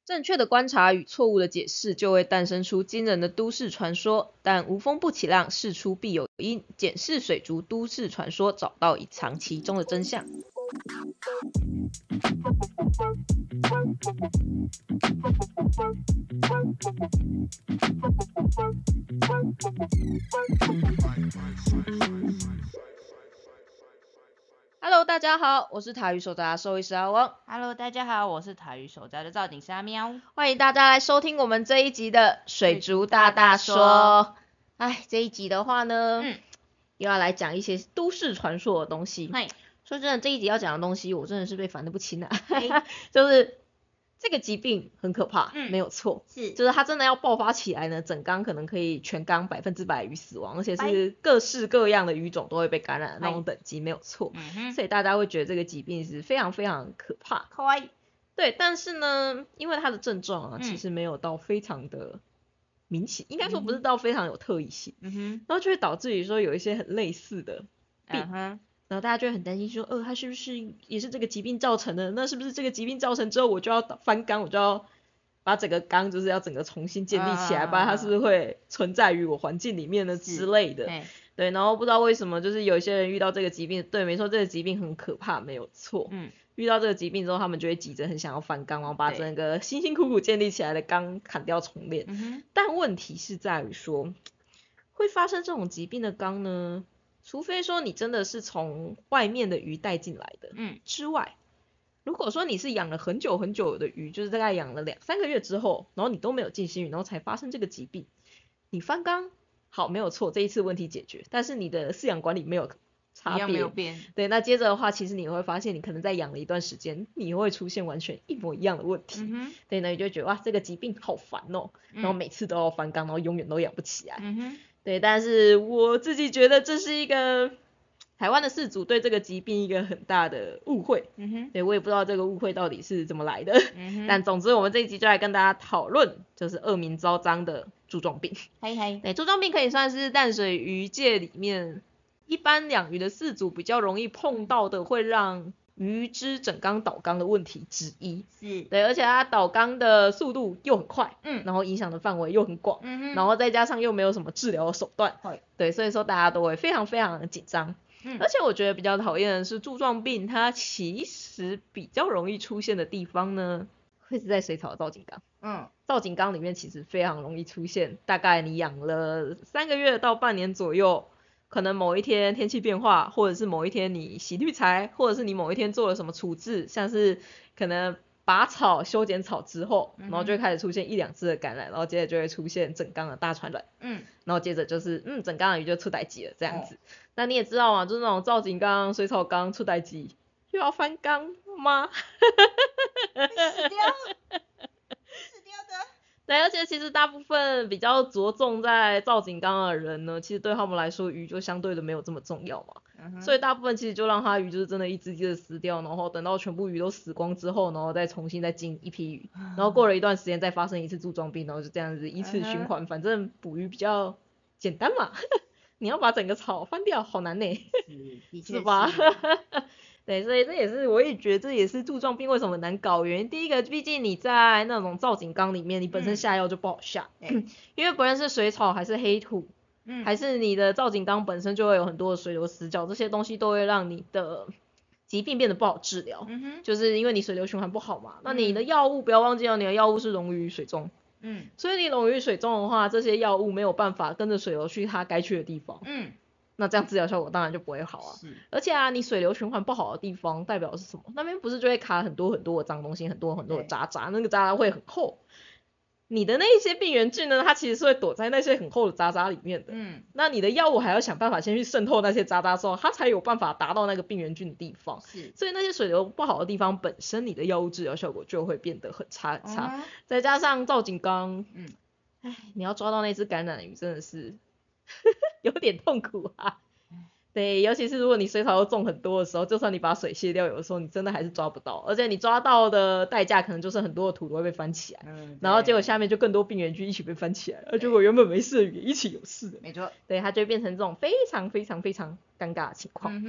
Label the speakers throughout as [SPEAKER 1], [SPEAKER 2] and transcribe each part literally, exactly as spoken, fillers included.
[SPEAKER 1] 正确的观察与错误的解释，就会诞生出惊人的都市传说。但无风不起浪，事出必有因。检视水族都市传说，找到隐藏其中的真相。Hello， 大家好，我是塔鱼手札兽医师阿汪。
[SPEAKER 2] Hello， 大家好，我是塔鱼手札的造景师阿喵。
[SPEAKER 1] 欢迎大家来收听我们这一集的水族大大说。哎，这一集的话呢，嗯，又要来讲一些都市传说的东西。说真的，这一集要讲的东西，我真的是被烦得不轻啊。就是这个疾病很可怕，嗯、没有错，
[SPEAKER 2] 是，
[SPEAKER 1] 就是它真的要爆发起来呢，整缸可能可以全缸百分之百鱼死亡，而且是各式各样的鱼种都会被感染的那种等级，没有错。嗯、所以大家会觉得这个疾病是非常非常可怕。
[SPEAKER 2] 可愛い。
[SPEAKER 1] 对，但是呢，因为它的症状啊，嗯、其实没有到非常的明显，应该说不是到非常有特异性，嗯哼，然后就会导致于说有一些很类似的病。嗯哼，然后大家就会很担心说，呃，它是不是也是这个疾病造成的？那是不是这个疾病造成之后，我就要翻缸，我就要把整个缸就是要整个重新建立起来，不然它是不是会存在于我环境里面呢之类的？对，然后不知道为什么，就是有一些人遇到这个疾病，对，没错，这个疾病很可怕，没有错。嗯，遇到这个疾病之后，他们就会急着很想要翻缸，然后把整个辛辛苦苦建立起来的缸砍掉重练。嗯、但问题是在于说，会发生这种疾病的缸呢？除非说你真的是从外面的鱼带进来的，嗯，之外，如果说你是养了很久很久的鱼，就是大概养了两三个月之后，然后你都没有进新鱼，然后才发生这个疾病，你翻缸，好，没有错，这一次问题解决，但是你的饲养管理没有差别，
[SPEAKER 2] 没有变，
[SPEAKER 1] 对，那接着的话，其实你会发现，你可能在养了一段时间，你会出现完全一模一样的问题，嗯、对，那你就会觉得哇，这个疾病好烦哦，然后每次都要翻缸，然后永远都养不起来。嗯哼，对，但是我自己觉得这是一个台湾的饲主对这个疾病一个很大的误会。嗯哼，对，我也不知道这个误会到底是怎么来的。嗯哼，但总之我们这一集就来跟大家讨论，就是恶名昭彰的柱状病。
[SPEAKER 2] 嘿嘿，
[SPEAKER 1] 对，柱状病可以算是淡水鱼界里面一般养鱼的饲主比较容易碰到的，会让鱼只整缸倒缸的问题之一。是，对，而且它倒缸的速度又很快，嗯，然后影响的范围又很广，嗯哼，然后再加上又没有什么治疗的手段，对，所以说大家都会非常非常的紧张。嗯，而且我觉得比较讨厌的是柱状病，它其实比较容易出现的地方呢，会是在水草的造景缸。嗯，造景缸里面其实非常容易出现，大概你养了三个月到半年左右，可能某一天天气变化，或者是某一天你洗滤材，或者是你某一天做了什么处置，像是可能拔草修剪草之后，然后就会开始出现一两只的感染，然后接着就会出现整缸的大传染，嗯，然后接着就是嗯整缸的鱼就出代誌了这样子。哦，那你也知道嘛，就是那种造景缸、水草缸出代誌又要翻缸吗？
[SPEAKER 2] 死掉了。
[SPEAKER 1] 对，而且其实大部分比较着重在造景缸的人呢，其实对他们来说鱼就相对的没有这么重要嘛，嗯、所以大部分其实就让它鱼就是真的一只一只的死掉，然后等到全部鱼都死光之后，然后再重新再进一批鱼，然后过了一段时间再发生一次柱状病，然后就这样子依次循环，嗯、反正捕鱼比较简单嘛，你要把整个草翻掉好难呢，是, 是吧？对，所以这也是我也觉得这也是柱状病为什么难搞原因。第一个，毕竟你在那种造景缸里面，你本身下药就不好下，嗯、因为不论是水草还是黑土，嗯、还是你的造景缸本身就会有很多的水流死角，这些东西都会让你的疾病变得不好治疗，嗯、就是因为你水流循环不好嘛。那你的药物不要忘记了，你的药物是溶于水中，嗯，所以你溶于水中的话，这些药物没有办法跟着水流去它该去的地方，嗯。那这样治疗效果当然就不会好啊。而且啊，你水流循环不好的地方代表的是什么？那边不是就会卡很多很多的脏东西，很多很多的渣渣，那个渣渣会很厚。你的那一些病原菌呢，它其实是会躲在那些很厚的渣渣里面的。嗯。那你的药物还要想办法先去渗透那些渣渣之后，它才有办法达到那个病原菌的地方。是。所以那些水流不好的地方，本身你的药物治疗效果就会变得很差很差。嗯、再加上造景缸，嗯，哎，你要抓到那只感染鱼真的是。有点痛苦啊，对，尤其是如果你水草又种很多的时候，就算你把水卸掉，有的时候你真的还是抓不到，而且你抓到的代价可能就是很多的土都会被翻起来，嗯、然后结果下面就更多病原菌一起被翻起来，而结果原本没事的鱼一起有事的，
[SPEAKER 2] 没错，
[SPEAKER 1] 对，它就会变成这种非常非常非常尴尬的情况。嗯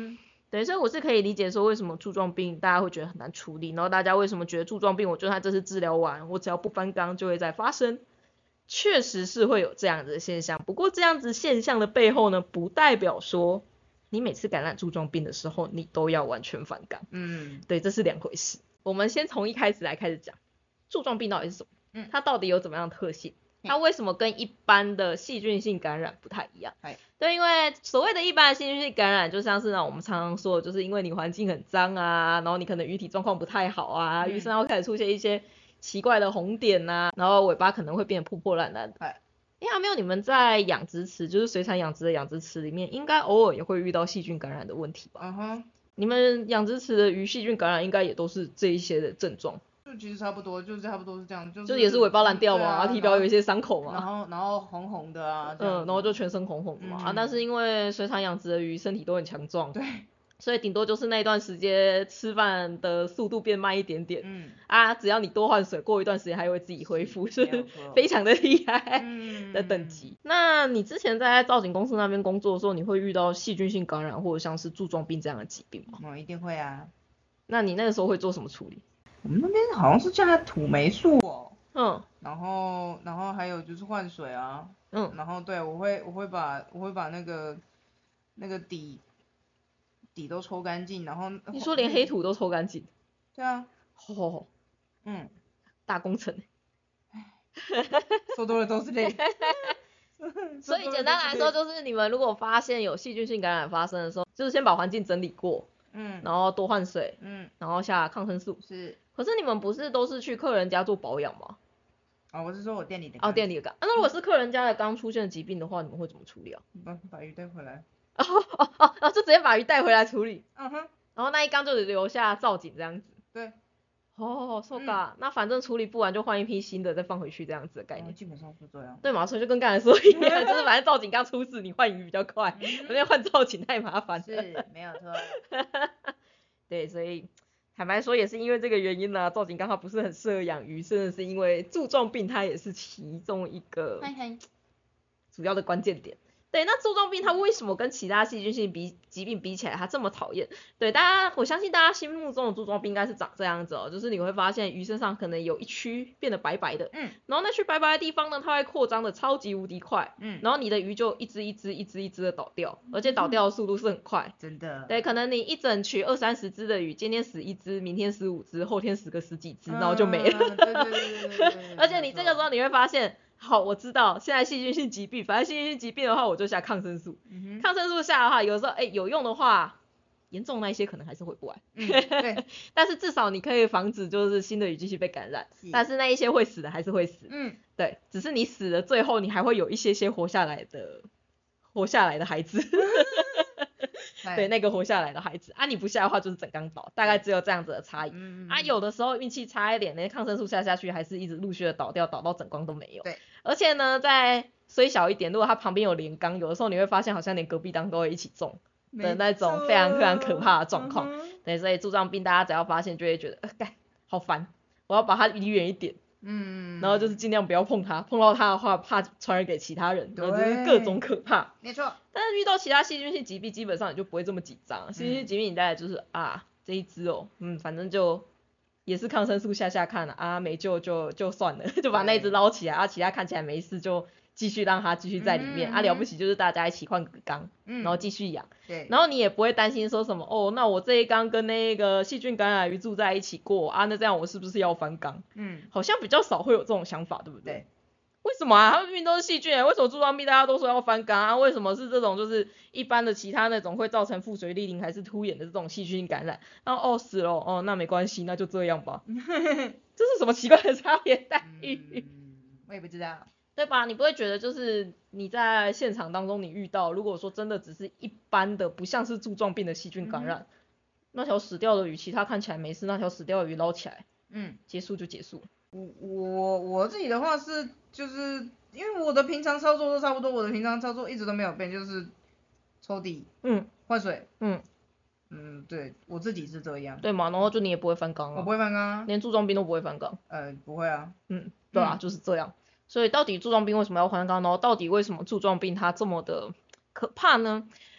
[SPEAKER 1] 对，所以我是可以理解说为什么柱状病大家会觉得很难处理，然后大家为什么觉得柱状病，我就算这次治疗完，我只要不翻缸就会再发生，确实是会有这样子的现象。不过这样子现象的背后呢，不代表说你每次感染柱状病的时候，你都要完全翻缸。嗯，对，这是两回事。我们先从一开始来开始讲，柱状病到底是什么？嗯，它到底有怎么样的特性？它为什么跟一般的细菌性感染不太一样？对，因为所谓的一般的细菌性感染，就像是呢我们常常说的，就是因为你环境很脏啊，然后你可能鱼体状况不太好啊，鱼身上会开始出现一些奇怪的红点啊，然后尾巴可能会变得破破烂烂的。哎，阿喵，你们在养殖池，就是水产养殖的养殖池里面，应该偶尔也会遇到细菌感染的问题吧？嗯哼，你们养殖池的鱼细菌感染应该也都是这一些的症状。
[SPEAKER 3] 就其实差不多，就是差不多是这样，就是
[SPEAKER 1] 就也是尾巴烂掉嘛，啊，体表有一些伤口嘛，
[SPEAKER 3] 然后然后红红的啊，
[SPEAKER 1] 嗯，然后就全身红红的嘛，嗯、啊，但是因为水产养殖的鱼身体都很强壮，
[SPEAKER 3] 对，
[SPEAKER 1] 所以顶多就是那段时间吃饭的速度变慢一点点，嗯，啊，只要你多换水，过一段时间它又会自己恢复，是非常的厉害的等级。嗯、那你之前在造景公司那边工作的时候，你会遇到细菌性感染或者像是柱状病这样的疾病吗？
[SPEAKER 3] 哦，一定会啊。
[SPEAKER 1] 那你那个时候会做什么处理？
[SPEAKER 3] 我们那边好像是叫它土霉素哦，嗯，然后然后还有就是换水啊，嗯，然后对我会我会把我会把那个那个底底都抽干净，然后
[SPEAKER 1] 你说连黑土都抽干净？
[SPEAKER 3] 对啊，
[SPEAKER 1] 哦，嗯，大工程，
[SPEAKER 3] 说多了都是泪。
[SPEAKER 1] 所以简单来说，就是你们如果发现有细菌性感染发生的时候，就是先把环境整理过。嗯，然后多换水，嗯，然后下抗生素。是，可是你们不是都是去客人家做保养吗？
[SPEAKER 3] 哦，我是说我店里的。
[SPEAKER 1] 哦，店里的缸。啊，那如果是客人家的缸出现疾病的话，你们会怎么处理啊？
[SPEAKER 3] 把把鱼带回来。
[SPEAKER 1] 哦哦哦哦，就直接把鱼带回来处理。嗯哼。然后那一缸就留下造景这样子。
[SPEAKER 3] 对。
[SPEAKER 1] 哦，so ga，、嗯、那反正处理不完就换一批新的，再放回去这样子的概念。
[SPEAKER 3] 哦、基本上是这样。
[SPEAKER 1] 对嘛，所以就跟刚才说一样，就是反正造景刚出事，你换鱼比较快，因为换造景太麻烦了。
[SPEAKER 3] 是，没有错。
[SPEAKER 1] 对，所以坦白说也是因为这个原因呢、啊，造景刚好不是很适合养鱼，甚至是因为柱状病它也是其中一个主要的关键点。对，那柱状病它为什么跟其他细菌性比疾病比起来它这么讨厌？对，大家我相信大家心目中的柱状病应该是长这样子哦，就是你会发现鱼身上可能有一区变得白白的，嗯，然后那区白白的地方呢，它会扩张的超级无敌快，嗯，然后你的鱼就一只一只一只一只的倒掉，而且倒掉的速度是很快，
[SPEAKER 3] 真的。
[SPEAKER 1] 对，可能你一整群二三十只的鱼，今天死一只，明天死五只，后天死个十几只，然后就没了。
[SPEAKER 3] 嗯、对对对对对对。
[SPEAKER 1] 而且你这个时候你会发现。好，我知道现在细菌性疾病，反正细菌性疾病的话，我就下抗生素。嗯、抗生素下的话，有时候哎、欸、有用的话，严重那一些可能还是回不来。嗯、对。但是至少你可以防止就是新的鱼继续被感染，但是那一些会死的还是会死。嗯。对，只是你死了，最后你还会有一些些活下来的，活下来的孩子。对，那个活下来的孩子啊，你不下的话就是整缸倒，大概只有这样子的差异。嗯嗯啊，有的时候运气差一点，那抗生素下下去还是一直陆续的倒掉，倒到整缸都没有。
[SPEAKER 3] 对，
[SPEAKER 1] 而且呢，在虽小一点，如果它旁边有连缸，有的时候你会发现好像连隔壁缸都会一起中的那种非常非常可怕的状况。嗯、对，所以柱状病大家只要发现就会觉得，呃，干好烦，我要把它离远一点。嗯，然后就是尽量不要碰它，碰到它的话怕传染给其他人，然后就是各种可怕。
[SPEAKER 3] 没错。
[SPEAKER 1] 但是遇到其他细菌性疾病，基本上你就不会这么紧张。细菌性疾病你大概就是啊这一只哦，嗯，反正就也是抗生素下下看了啊，没救就就算了，就把那一只捞起来，啊，其他看起来没事就继续让它继续在里面。嗯、啊，了不起就是大家一起换个缸，嗯、然后继续养。对。然后你也不会担心说什么哦，那我这一缸跟那个细菌感染鱼住在一起过啊，那这样我是不是要翻缸？嗯，好像比较少会有这种想法，对不对？对。为什么啊？他们明明都是细菌，为什么柱状病大家都说要翻缸啊？为什么是这种就是一般的其他那种会造成腹水、痢淋还是突眼的这种细菌感染？然后哦死了哦，那没关系，那就这样吧。这是什么奇怪的差别待遇？
[SPEAKER 3] 嗯，我也不知道。
[SPEAKER 1] 对吧？你不会觉得就是你在现场当中你遇到，如果说真的只是一般的不像是柱状病的细菌感染，嗯、那条死掉的鱼，其他看起来没事，那条死掉的鱼捞起来，嗯，结束就结束了。
[SPEAKER 3] 我我我自己的话是就是因为我的平常操作都差不多，我的平常操作一直都没有变，就是抽底，嗯，换水，嗯嗯，对我自己是这样。
[SPEAKER 1] 对嘛，然后就你也不会翻缸啊。
[SPEAKER 3] 我不会翻缸啊，
[SPEAKER 1] 连柱状病都不会翻缸。
[SPEAKER 3] 呃，不会啊。
[SPEAKER 1] 嗯，对啊，嗯、就是这样。所以到底柱状病为什么要翻缸？然后到底为什么柱状病它这么的可怕呢？其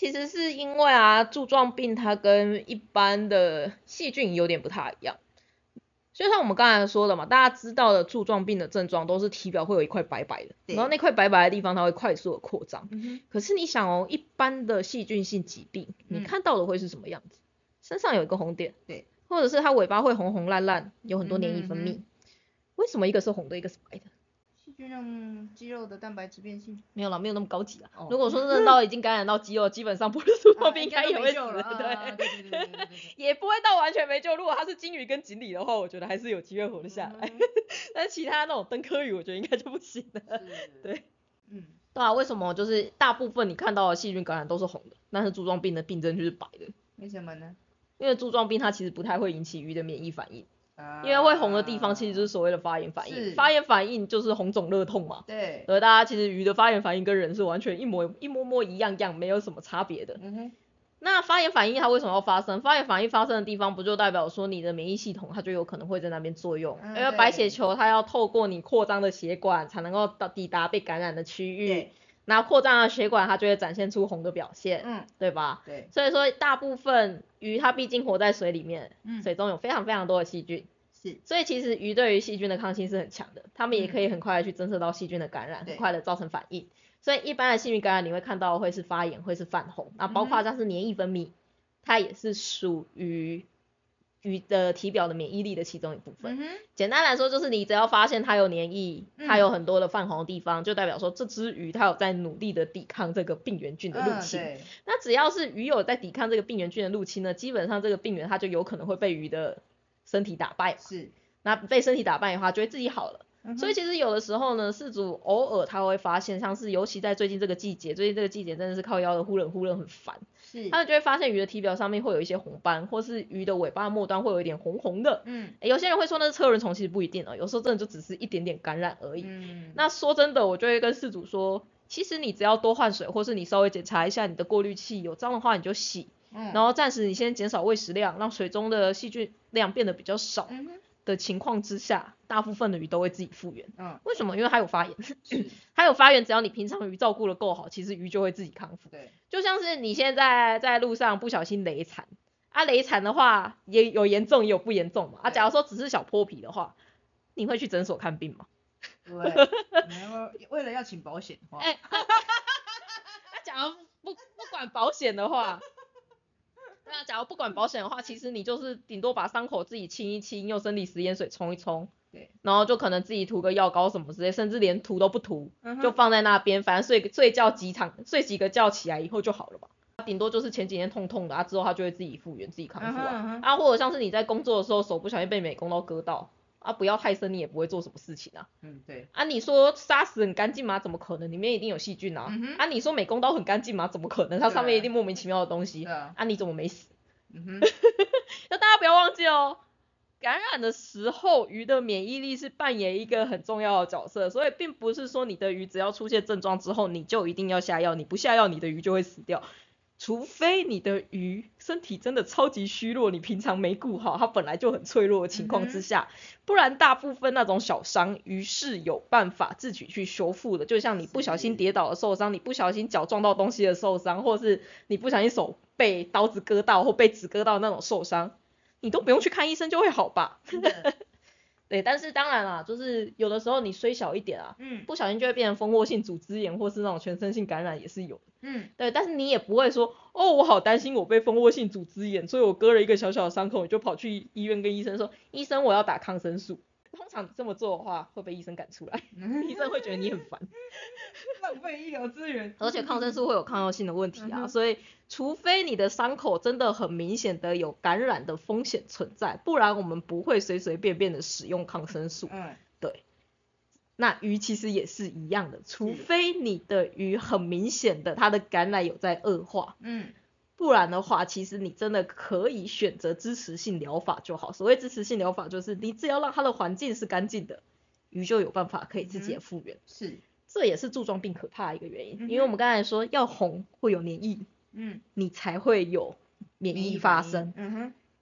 [SPEAKER 1] 其实是因为啊，柱状病它跟一般的细菌有点不太一样。就像我们刚才说的嘛，大家知道的柱状病的症状都是体表会有一块白白的，然后那块白白的地方它会快速的扩张。嗯、可是你想哦，一般的细菌性疾病，你看到的会是什么样子？嗯、身上有一个红点，对，或者是它尾巴会红红烂烂，有很多黏液分泌。嗯、为什么一个是红的，一个是白的？
[SPEAKER 3] 就让肌肉的蛋白质变性，
[SPEAKER 1] 没有啦，没有那么高级啦。哦、如果说真的到已经感染到肌肉，基本上不是柱状病，应该也会死，对，对对对对，也不会到完全没救。如果它是金鱼跟锦鲤的话，我觉得还是有机会活得下来。嗯、但是其他那种灯科鱼，我觉得应该就不行了。对，嗯，对啊，为什么就是大部分你看到的细菌感染都是红的，但是柱状病的病症就是白的？
[SPEAKER 3] 为什么呢？
[SPEAKER 1] 因为柱状病它其实不太会引起鱼的免疫反应。因为会红的地方其实就是所谓的发炎反应，发炎反应就是红肿热痛嘛。对。而大家其实鱼的发炎反应跟人是完全一模一模模一样样，没有什么差别的。嗯哼。那发炎反应它为什么要发生？发炎反应发生的地方不就代表说你的免疫系统它就有可能会在那边作用？嗯、因为白血球它要透过你扩张的血管才能够到抵达被感染的区域。对。那扩张的血管它就会展现出红的表现，嗯，对吧？对。所以说大部分鱼它毕竟活在水里面，嗯，水中有非常非常多的细菌。是，所以其实鱼对于细菌的抗性是很强的，它们也可以很快的去侦测到细菌的感染，嗯、很快的造成反应。所以一般的细菌感染你会看到会是发炎，会是泛红，那包括像是黏液分泌，它也是属于鱼的体表的免疫力的其中一部分。嗯、简单来说就是你只要发现它有黏液，它有很多的泛红的地方，嗯、就代表说这只鱼它有在努力的抵抗这个病原菌的入侵。嗯、那只要是鱼有在抵抗这个病原菌的入侵呢，基本上这个病原它就有可能会被鱼的身体打败，是，那被身体打败的话，就会自己好了。嗯、所以其实有的时候呢，饲主偶尔他会发现，像是尤其在最近这个季节，最近这个季节真的是靠腰的忽冷忽热很烦，是，他们就会发现鱼的体表上面会有一些红斑，或是鱼的尾巴末端会有一点红红的。嗯，有些人会说那是车轮虫，其实不一定哦，有时候真的就只是一点点感染而已。嗯，那说真的，我就会跟饲主说，其实你只要多换水，或是你稍微检查一下你的过滤器有脏的话，你就洗。嗯、然后暂时你先减少喂食量，让水中的细菌量变得比较少的情况之下，大部分的鱼都会自己复原。嗯，为什么？因为它有发炎，它有发炎，只要你平常鱼照顾的够好，其实鱼就会自己康复。对，就像是你现在在路上不小心雷残，啊雷残的话也有严重也有不严重嘛。啊，假如说只是小破皮的话，你会去诊所看病吗？
[SPEAKER 3] 对，为了要请保险的话，
[SPEAKER 1] 哎、欸，那、啊、假如不不管保险的话。那假如不管保险的话，其实你就是顶多把伤口自己清一清，用生理食盐水冲一冲，对，然后就可能自己涂个药膏什么之类，甚至连涂都不涂，嗯、就放在那边，反正睡睡觉几场，睡几个觉起来以后就好了吧。顶多就是前几天痛痛的啊，之后它就会自己复原、自己康复啊。嗯、啊，或者像是你在工作的时候手不小心被美工刀割到。啊，不要太深，你也不会做什么事情啊。嗯，对。啊，你说杀死很干净吗？怎么可能？里面一定有细菌啊。嗯、啊，你说美工刀很干净吗？怎么可能？它上面一定莫名其妙的东西。啊, 啊，你怎么没死？嗯哼。那大家不要忘记哦，感染的时候，鱼的免疫力是扮演一个很重要的角色，所以并不是说你的鱼只要出现症状之后，你就一定要下药，你不下药，你的鱼就会死掉。除非你的鱼身体真的超级虚弱，你平常没顾好，它本来就很脆弱的情况之下，嗯、不然大部分那种小伤，鱼是有办法自己去修复的。就像你不小心跌倒的受伤，你不小心脚撞到东西的受伤，或是你不小心手被刀子割到或被纸割到那种受伤，你都不用去看医生就会好吧？对，但是当然啦，就是有的时候你虽小一点啊，嗯，不小心就会变成蜂窝性组织炎或是那种全身性感染也是有的，嗯，对，但是你也不会说，哦，我好担心我被蜂窝性组织炎，所以我割了一个小小的伤口，我就跑去医院跟医生说，医生我要打抗生素。通常这么做的话会被医生赶出来，医生会觉得你很烦，
[SPEAKER 3] 浪费医疗资源。
[SPEAKER 1] 而且抗生素会有抗药性的问题啊，所以除非你的伤口真的很明显的有感染的风险存在，不然我们不会随随便便的使用抗生素。嗯，对。那鱼其实也是一样的，除非你的鱼很明显的它的感染有在恶化。嗯。不然的话，其实你真的可以选择支持性疗法就好。所谓支持性疗法，就是你只要让它的环境是干净的，鱼就有办法可以自己的复原。嗯、是，这也是柱状病可怕的一个原因，嗯、因为我们刚才说要红会有黏液，嗯，你才会有免疫发生。嗯哼，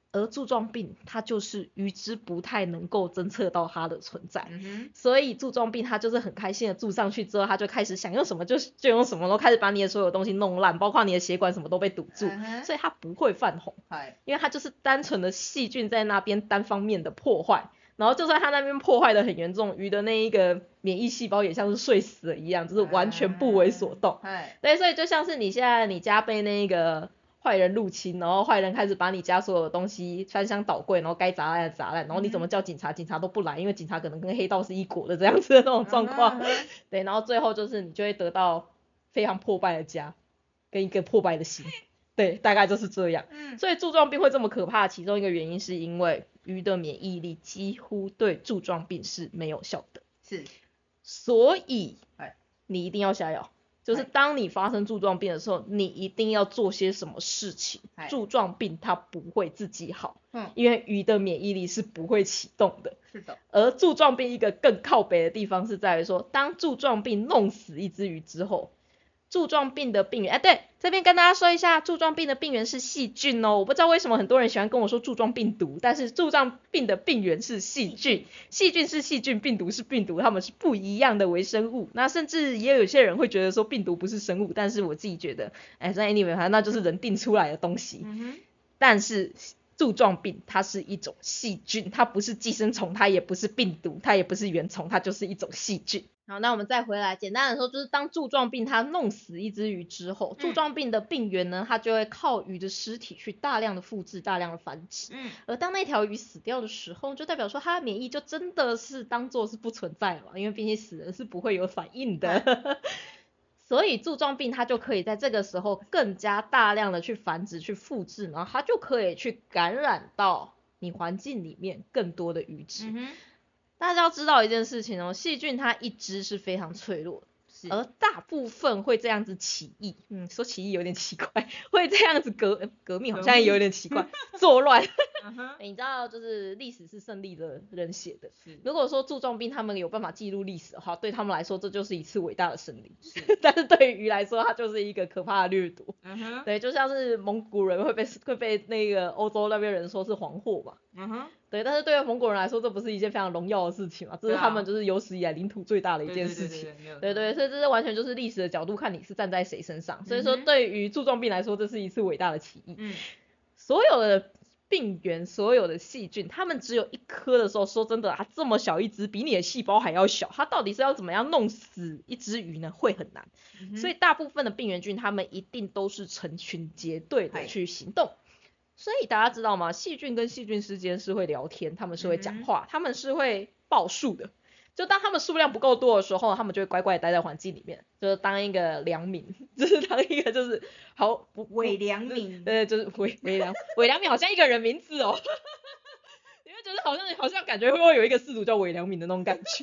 [SPEAKER 1] 而柱状病它就是鱼只不太能够侦测到它的存在，
[SPEAKER 3] 嗯、
[SPEAKER 1] 所以柱状病它就是很开心的住上去之后，它就开始想用什么就就用什么，然后开始把你的所有东西弄烂，包括你的血管什么都被堵住，嗯、所以它不会泛红，因为它就是单纯的细菌在那边单方面的破坏，然后就算它那边破坏的很严重，鱼的那一个免疫细胞也像是睡死了一样，就是完全不为所动，
[SPEAKER 3] 嗯、
[SPEAKER 1] 对，所以就像是你现在你家被那个坏人入侵，然后坏人开始把你家所有的东西翻箱倒柜，然后该砸烂的砸烂，然后你怎么叫警察，警察都不来，因为警察可能跟黑道是一国的这样子的那种状况，嗯嗯对，然后最后就是你就会得到非常破败的家跟一个破败的心，对，大概就是这样。嗯、所以柱状病会这么可怕，其中一个原因是因为鱼的免疫力几乎对柱状病是没有效的，
[SPEAKER 3] 是，
[SPEAKER 1] 所以你一定要下药。就是当你发生柱状病的时候，你一定要做些什么事情，柱状病它不会自己好，嗯，因为鱼的免疫力是不会启动的，
[SPEAKER 3] 是的。
[SPEAKER 1] 而柱状病一个更靠北的地方是在于说，当柱状病弄死一只鱼之后，柱状病的病原，哎，对，这边跟大家说一下，柱状病的病原是细菌哦。我不知道为什么很多人喜欢跟我说柱状病毒，但是柱状病的病原是细菌，细菌是细菌，病毒是病毒，它们是不一样的微生物。那甚至也有些人会觉得说病毒不是生物，但是我自己觉得，哎，在 anyway 反正那就是人定出来的东西。嗯哼，但是柱状病它是一种细菌，它不是寄生虫，它也不是病毒，它也不是原虫，它就是一种细菌。好，那我们再回来，简单的说，就是当柱状病它弄死一只鱼之后，柱状病的病原呢，它就会靠鱼的尸体去大量的复制、大量的繁殖。嗯，而当那条鱼死掉的时候，就代表说它的免疫就真的是当作是不存在了，因为毕竟死人是不会有反应的。所以柱状病它就可以在这个时候更加大量的去繁殖、去复制，然后它就可以去感染到你环境里面更多的鱼只。嗯大家要知道一件事情哦，细菌它一只是非常脆弱的，而大部分会这样子起义，嗯，说起义有点奇怪，会这样子革革命好像也有点奇怪，作乱。你知道，就是历史是胜利的人写的。如果说柱状病他们有办法记录历史的话，对他们来说这就是一次伟大的胜利。但是对于鱼来说，它就是一个可怕的掠夺。Uh-huh. 对，就像是蒙古人会被会被那个欧洲那边人说是黄祸嘛。Uh-huh. 对，但是对于蒙古人来说，这不是一件非常荣耀的事情嘛，这是他们就是有史以来领土最大的一件事情。对 对, 对, 对, 对, 对, 对，所以这是完全就是历史的角度看你是站在谁身上。所以说，对于柱状病来说，这是一次伟大的起义。嗯，所有的病原，所有的细菌，它们只有一颗的时候，说真的，它这么小一只，比你的细胞还要小，它到底是要怎么样弄死一只鱼呢？会很难。嗯、所以大部分的病原菌，它们一定都是成群结队的去行动。所以大家知道吗？细菌跟细菌之间是会聊天，他们是会讲话，他、嗯、们是会报数的。就当他们数量不够多的时候，他们就会乖乖的待在环境里面，就是当一个良民，就是当一个就是好
[SPEAKER 3] 伪良民，
[SPEAKER 1] 对，就是伪伪良伪良民，好像一个人名字哦，你会觉得好像好像感觉会不会有一个氏族叫伪良民的那种感觉？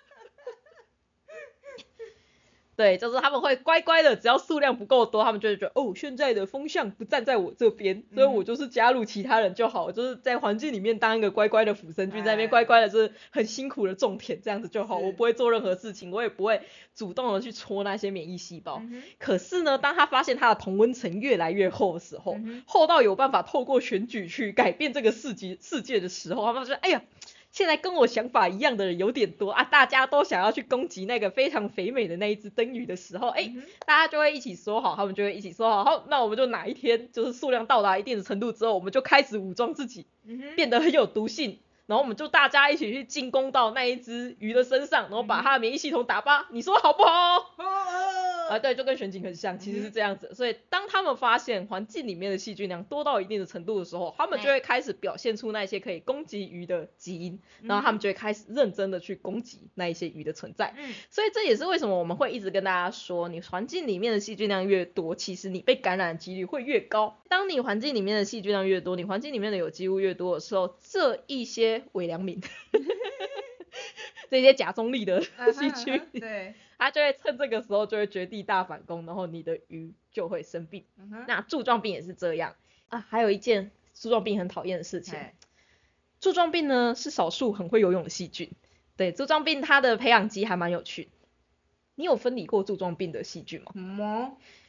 [SPEAKER 1] 对，就是他们会乖乖的，只要数量不够多，他们就会觉得哦，现在的风向不站在我这边，所以我就是加入其他人就好，就是在环境里面当一个乖乖的腐生菌，在那边乖乖的，就是很辛苦的种田这样子就好，我不会做任何事情，我也不会主动的去戳那些免疫细胞。嗯、可是呢，当他发现他的同温层越来越厚的时候，嗯、厚到有办法透过选举去改变这个世界世界的时候，他们就说，哎呀。现在跟我想法一样的人有点多啊，大家都想要去攻击那个非常肥美的那一只灯鱼的时候，哎、嗯，大家就会一起说好，他们就会一起说好，好，那我们就哪一天就是数量到达一定的程度之后，我们就开始武装自己，嗯、变得很有毒性，然后我们就大家一起去进攻到那一只鱼的身上，然后把它的免疫系统打爆，你说好不好？啊，对，就跟选景很像，其实是这样子。所以当他们发现环境里面的细菌量多到一定的程度的时候，他们就会开始表现出那些可以攻击鱼的基因，然后他们就会开始认真的去攻击那一些鱼的存在。嗯，所以这也是为什么我们会一直跟大家说，你环境里面的细菌量越多，其实你被感染的几率会越高。当你环境里面的细菌量越多，你环境里面的有机物越多的时候，这一些伪良民这些假中立的细菌， uh-huh, 对，它就会趁这个时候就会绝地大反攻，然后你的鱼就会生病。Uh-huh. 那柱状病也是这样啊。还有一件柱状病很讨厌的事情，柱状病呢是少数很会游泳的细菌。对，柱状病它的培养基还蛮有趣。你有分离过柱状病的细菌吗？
[SPEAKER 3] 嗯，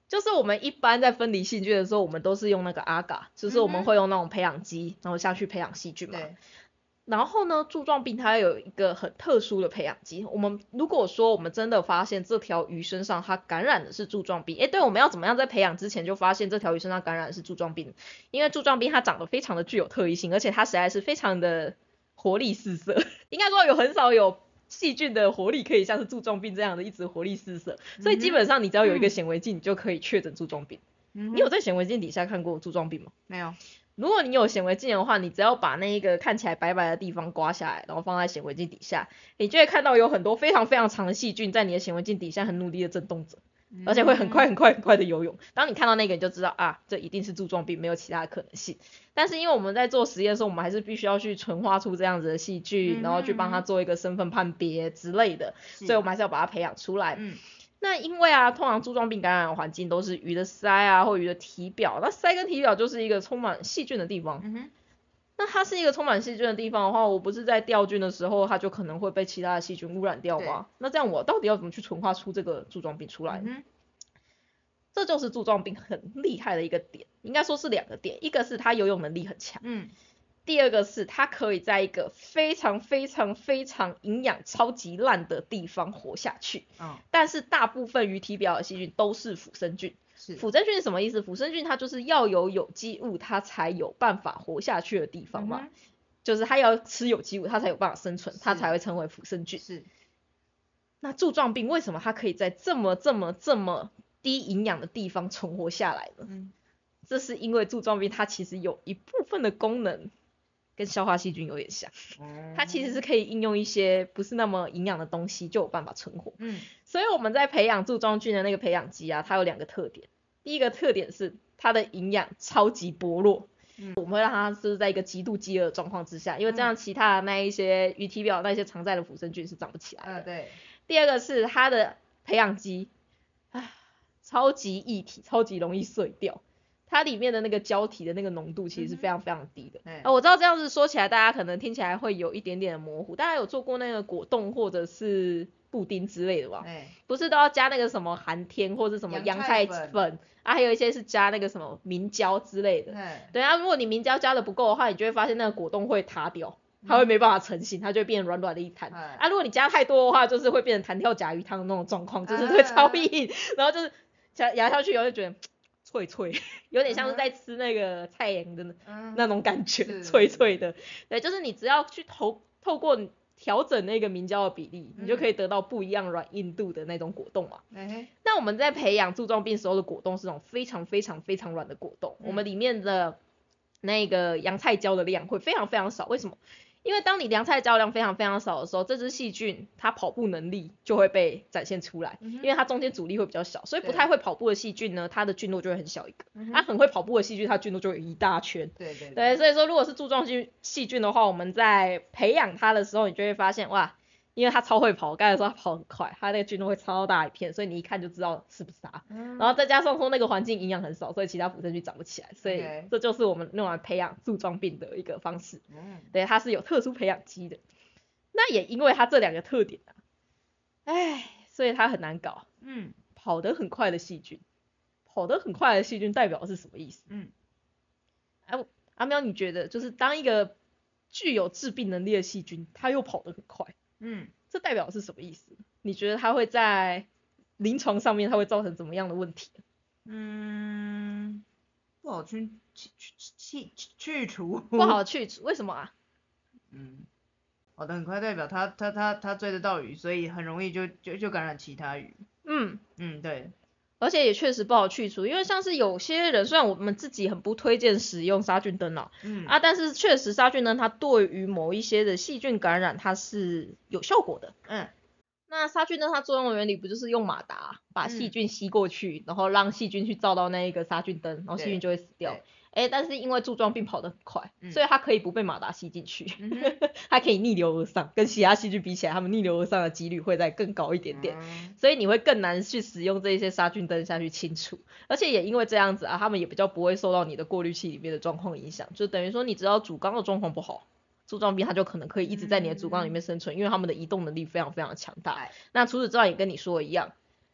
[SPEAKER 1] 就是我们一般在分离细菌的时候，我们都是用那个 agar， 就是我们会用那种培养基，然后下去培养细菌嘛。对。然后呢，柱状病它有一个很特殊的培养基。我们如果说我们真的发现这条鱼身上它感染的是柱状病，诶，对，我们要怎么样在培养之前就发现这条鱼身上感染的是柱状病？因为柱状病它长得非常的具有特异性，而且它实在是非常的活力四射。应该说有很少有细菌的活力可以像是柱状病这样的一直活力四射，所以基本上你只要有一个显微镜，你就可以确诊柱状病。嗯、你有在显微镜底下看过柱状病吗？
[SPEAKER 3] 没有。
[SPEAKER 1] 如果你有显微镜的话，你只要把那一个看起来白白的地方刮下来，然后放在显微镜底下，你就会看到有很多非常非常长的细菌在你的显微镜底下很努力的震动着，而且会很快很快很快的游泳。当你看到那个，你就知道啊，这一定是柱状病，没有其他的可能性。但是因为我们在做实验的时候，我们还是必须要去纯化出这样子的细菌，然后去帮它做一个身份判别之类的，所以我们还是要把它培养出来。嗯那因为啊，通常柱状病感染的环境都是鱼的鳃啊，或鱼的体表。那鳃跟体表就是一个充满细菌的地方。嗯哼。那它是一个充满细菌的地方的话，我不是在钓菌的时候，它就可能会被其他的细菌污染掉吗？那这样我到底要怎么去纯化出这个柱状病出来呢？嗯、这就是柱状病很厉害的一个点，应该说是两个点，一个是它游泳能力很强。嗯。第二个是它可以在一个非常非常非常营养超级烂的地方活下去。嗯。但是大部分鱼体表的细菌都是腐生菌。是。腐生菌是什么意思？腐生菌它就是要有有机物它才有办法活下去的地方嘛。嗯、就是它要吃有机物它才有办法生存，它才会成为腐生菌。是。那柱状病为什么它可以在这么这么这么低营养的地方存活下来呢？嗯。这是因为柱状病它其实有一部分的功能跟消化细菌有点像，它其实是可以应用一些不是那么营养的东西就有办法存活。嗯，所以我们在培养柱状菌的那个培养基啊，它有两个特点。第一个特点是它的营养超级薄弱，嗯，我们会让它是在一个极度饥饿的状况之下，因为这样其他的那一些鱼体表那些常在的腐生菌是长不起来的。嗯，对。第二个是它的培养基，唉，超级液体，超级容易碎掉。它里面的那个胶体的那个浓度其实是非常非常低的。嗯呃、我知道这样子说起来大家可能听起来会有一点点的模糊，大家有做过那个果冻或者是布丁之类的吧？嗯、不是都要加那个什么寒天或者什么洋菜粉, 粉啊，还有一些是加那个什么明胶之类的。嗯、对啊，如果你明胶加的不够的话，你就会发现那个果冻会塌掉，它会没办法成型，它就会变软软的一滩。嗯、啊，如果你加太多的话，就是会变成弹跳甲鱼汤的那种状况，就是会超硬，嗯、然后就是加牙下去以后就觉得脆脆，有点像是在吃那个菜盐的那种感觉，嗯、脆脆的。对，就是你只要去透透过调整那个明胶的比例，嗯、你就可以得到不一样软硬度的那种果冻嘛。嗯、那我们在培养柱状病时候的果冻是那种非常非常非常软的果冻，嗯、我们里面的那个洋菜胶的量会非常非常少。为什么？因为当你洋菜胶量非常非常少的时候，这只细菌它跑步能力就会被展现出来，嗯、因为它中间阻力会比较小，所以不太会跑步的细菌呢，它的菌落就会很小一个。嗯、它很会跑步的细菌，它菌落就有一大圈。对对 对, 对，所以说如果是柱状细细菌的话，我们在培养它的时候，你就会发现哇，因为它超会跑，我刚才说它跑很快，它那个菌落会超大一片，所以你一看就知道是不是它。嗯、然后再加上说那个环境营养很少，所以其他腐生菌长不起来，所以这就是我们用来培养柱状病的一个方式。嗯、对，它是有特殊培养基的。那也因为它这两个特点啊，唉，所以它很难搞。嗯，跑得很快的细菌，跑得很快的细菌代表的是什么意思？嗯，哎，阿喵，你觉得就是当一个具有致病能力的细菌，它又跑得很快，嗯，这代表是什么意思？你觉得它会在临床上面它会造成怎么样的问题？
[SPEAKER 3] 嗯，不好去去去去除。
[SPEAKER 1] 不好去除，为什么啊？
[SPEAKER 3] 嗯。跑得很快代表它它它它追得到鱼，所以很容易就就就感染其他鱼。嗯嗯，对。
[SPEAKER 1] 而且也确实不好去除，因为像是有些人，虽然我们自己很不推荐使用杀菌灯啊，嗯啊，但是确实杀菌灯它对于某一些的细菌感染它是有效果的。嗯。那杀菌灯它作用的原理不就是用马达把细菌吸过去，嗯、然后让细菌去照到那一个杀菌灯，然后细菌就会死掉。哎，但是因为柱状病跑得很快，嗯、所以它可以不被马达吸进去，嗯、它可以逆流而上，跟其他细菌比起来，它们逆流而上的几率会再更高一点点，嗯、所以你会更难去使用这些杀菌灯下去清除，而且也因为这样子啊，它们也比较不会受到你的过滤器里面的状况影响，就等于说你只要主缸的状况不好，柱状病它就可能可以一直在你的主缸里面生存，嗯、因为它们的移动能力非常非常的强大。嗯、那除此之外也跟你说的一样。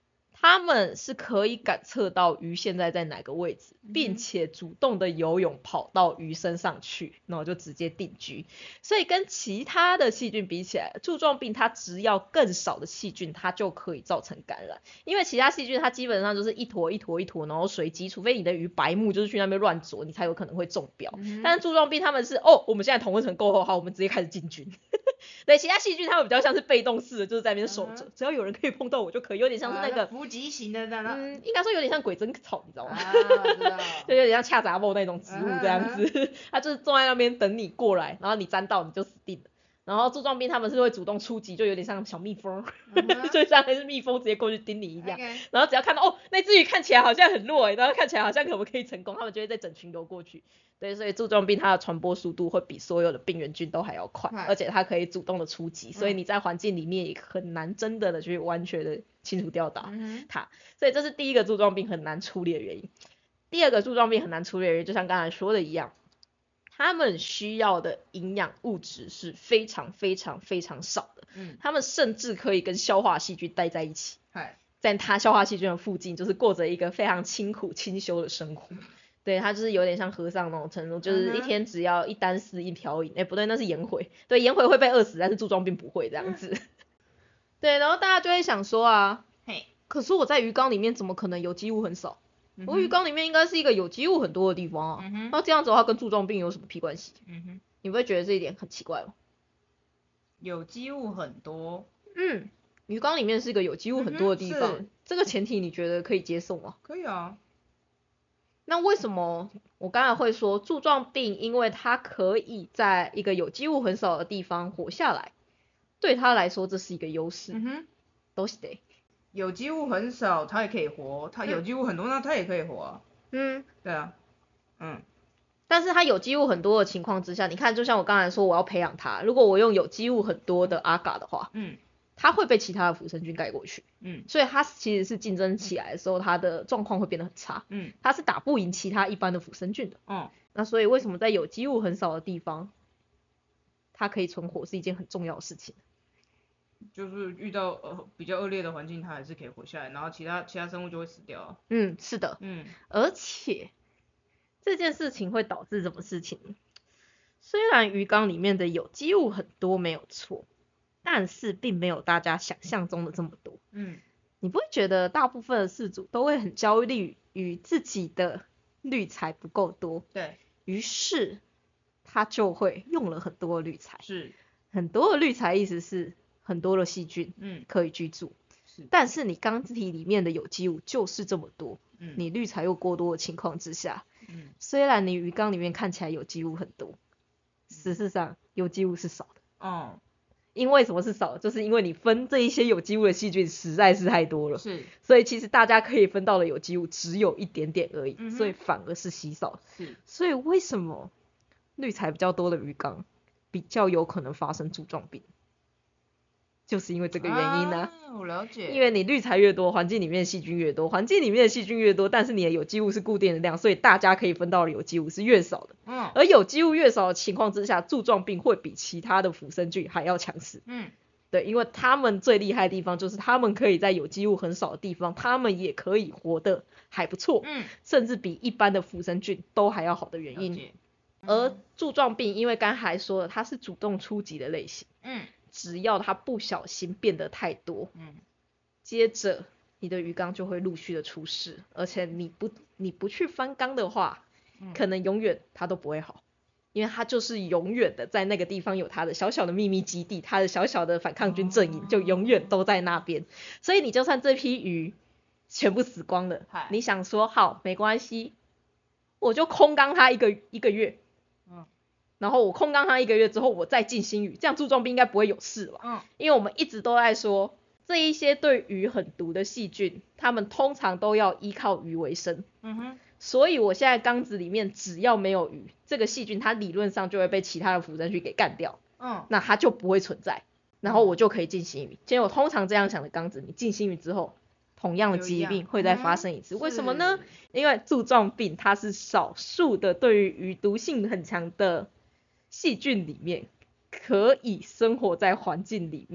[SPEAKER 1] 他们是可以感测到鱼现在在哪个位置，并且主动的游泳跑到鱼身上去，然后就直接定居。所以跟其他的细菌比起来，柱状病它只要更少的细菌，它就可以造成感染。因为其他细菌它基本上就是一坨一坨一坨，然后随机，除非你的鱼白目就是去那边乱啄，你才有可能会中标。嗯、但是柱状病他们是哦，我们现在同温层够厚，好，我们直接开始进军。对，其他细菌它们比较像是被动式的，就是在那边守着，嗯、只要有人可以碰到我就可以，有点像是那个
[SPEAKER 3] 伏击型的那种，
[SPEAKER 1] 嗯，应该说有点像鬼针草，你知道吗？
[SPEAKER 3] 啊，
[SPEAKER 1] 就有点像恰杂木那种植物这样子，嗯、它就是种在那边等你过来，然后你沾到你就死定了。然后柱状病他们是会主动出击，就有点像小蜜蜂，嗯、就像那只蜜蜂直接过去叮你一样。Okay. 然后只要看到哦，那只鱼看起来好像很弱哎，然后看起来好像可不可以成功，他们就会再整群游过去。对，所以柱状病它的传播速度会比所有的病原菌都还要快，嗯、而且它可以主动的出击，所以你在环境里面也很难真的的去完全的清除掉它。嗯、所以这是第一个柱状病很难处理的原因。第二个柱状病很难处理的原因，就像刚才说的一样。他们需要的营养物质是非常非常非常少的，嗯，他们甚至可以跟消化细菌待在一起，在他消化细菌的附近，就是过着一个非常清苦清修的生活。对，他就是有点像和尚那种程度，就是一天只要一箪食一瓢饮，哎、欸，不对，那是颜回，对，颜回会被饿死，但是柱状病不会这样子。对，然后大家就会想说啊，嘿，可是我在鱼缸里面怎么可能有机物很少？我、嗯、鱼缸里面应该是一个有机物很多的地方啊，嗯、那这样子的话跟柱状病有什么屁关系？嗯哼，你不会觉得这一点很奇怪吗？
[SPEAKER 3] 有机物很多，
[SPEAKER 1] 嗯，鱼缸里面是一个有机物很多的地方，嗯、这个前提你觉得可以接受吗？
[SPEAKER 3] 可以啊。
[SPEAKER 1] 那为什么我刚才会说柱状病，因为它可以在一个有机物很少的地方活下来，对它来说这是一个优势。嗯哼，都是的。
[SPEAKER 3] 有机物很少，它也可以活；它有机物很多，那它也可以活啊。嗯，对啊，
[SPEAKER 1] 嗯。但是它有机物很多的情况之下，你看，就像我刚才说，我要培养它，如果我用有机物很多的阿嘎的话，嗯，它会被其他的腐生菌盖过去，嗯，所以它其实是竞争起来的时候，它的状况会变得很差，嗯，它是打不赢其他一般的腐生菌的，嗯。那所以为什么在有机物很少的地方，它可以存活是一件很重要的事情。
[SPEAKER 3] 就是遇到呃比较恶劣的环境，它还是可以活下来，然后其他其他生物就会死掉啊。
[SPEAKER 1] 嗯，是的，嗯，而且这件事情会导致什么事情？虽然鱼缸里面的有机物很多没有错，但是并没有大家想象中的这么多。嗯，你不会觉得大部分的饲主都会很焦虑于自己的滤材不够多？
[SPEAKER 3] 对，
[SPEAKER 1] 于是他就会用了很多滤材。
[SPEAKER 3] 是，
[SPEAKER 1] 很多的滤材意思是。很多的细菌可以居住，嗯、但是你缸体里面的有机物就是这么多，嗯、你滤材又过多的情况之下，嗯、虽然你鱼缸里面看起来有机物很多，事实上有机物是少的。哦，因为什么是少的？就是因为你分这一些有机物的细菌实在是太多了，
[SPEAKER 3] 是，
[SPEAKER 1] 所以其实大家可以分到的有机物只有一点点而已，嗯、所以反而是稀少。是，所以为什么滤材比较多的鱼缸比较有可能发生柱状病？就是因为这个原因呢、啊
[SPEAKER 3] 啊，我了解。
[SPEAKER 1] 因为你滤材越多，环境里面的细菌越多，环境里面的细菌越多，但是你的有机物是固定的量，所以大家可以分到的有机物是越少的。嗯。而有机物越少的情况之下，柱状病会比其他的腐生菌还要强势。嗯。对，因为他们最厉害的地方就是他们可以在有机物很少的地方，他们也可以活得还不错。嗯。甚至比一般的腐生菌都还要好的原因。嗯、而柱状病，因为刚才说了，它是主动出击的类型。嗯。只要它不小心变得太多，嗯，接着你的鱼缸就会陆续的出事，而且你不你不去翻缸的话，嗯、可能永远它都不会好，因为它就是永远的在那个地方有它的小小的秘密基地，它的小小的反抗军阵营就永远都在那边，所以你就算这批鱼全部死光了，你想说好没关系，我就空缸它一个一个月。然后我空缸它一个月之后，我再进新鱼，这样柱状病应该不会有事吧？嗯，因为我们一直都在说，这一些对鱼很毒的细菌，它们通常都要依靠鱼为生。嗯哼，所以我现在缸子里面只要没有鱼，这个细菌它理论上就会被其他的腐生菌给干掉。嗯，那它就不会存在，然后我就可以进新鱼。其实我通常这样想的缸子，你进新鱼之后，同样的疾病会再发生一次。嗯、为什么呢？因为柱状病它是少数的对于鱼毒性很强的细菌里面可以生活在环境里面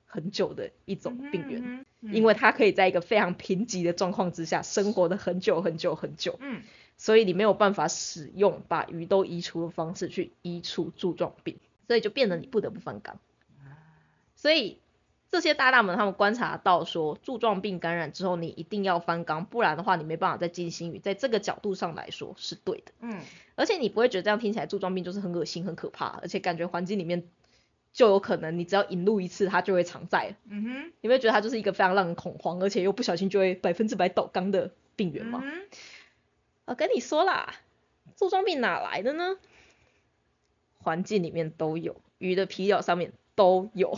[SPEAKER 1] 很久的一种病原，嗯嗯、因为它可以在一个非常贫瘠的状况之下生活的很久很久很久，嗯，所以你没有办法使用把鱼都移除的方式去移除柱状病，所以就变得你不得不翻缸。所以这些大大们他们观察到说，柱状病感染之后你一定要翻缸，不然的话你没办法再进新鱼，在这个角度上来说是对的。嗯，而且你不会觉得这样听起来柱状病就是很恶心很可怕，而且感觉环境里面就有可能你只要引入一次它就会常在。嗯哼，你会觉得它就是一个非常让人恐慌，而且又不小心就会百分之百倒缸的病原吗？嗯，我跟你说啦，柱状病哪来的呢？环境里面都有，鱼的皮表上面都有。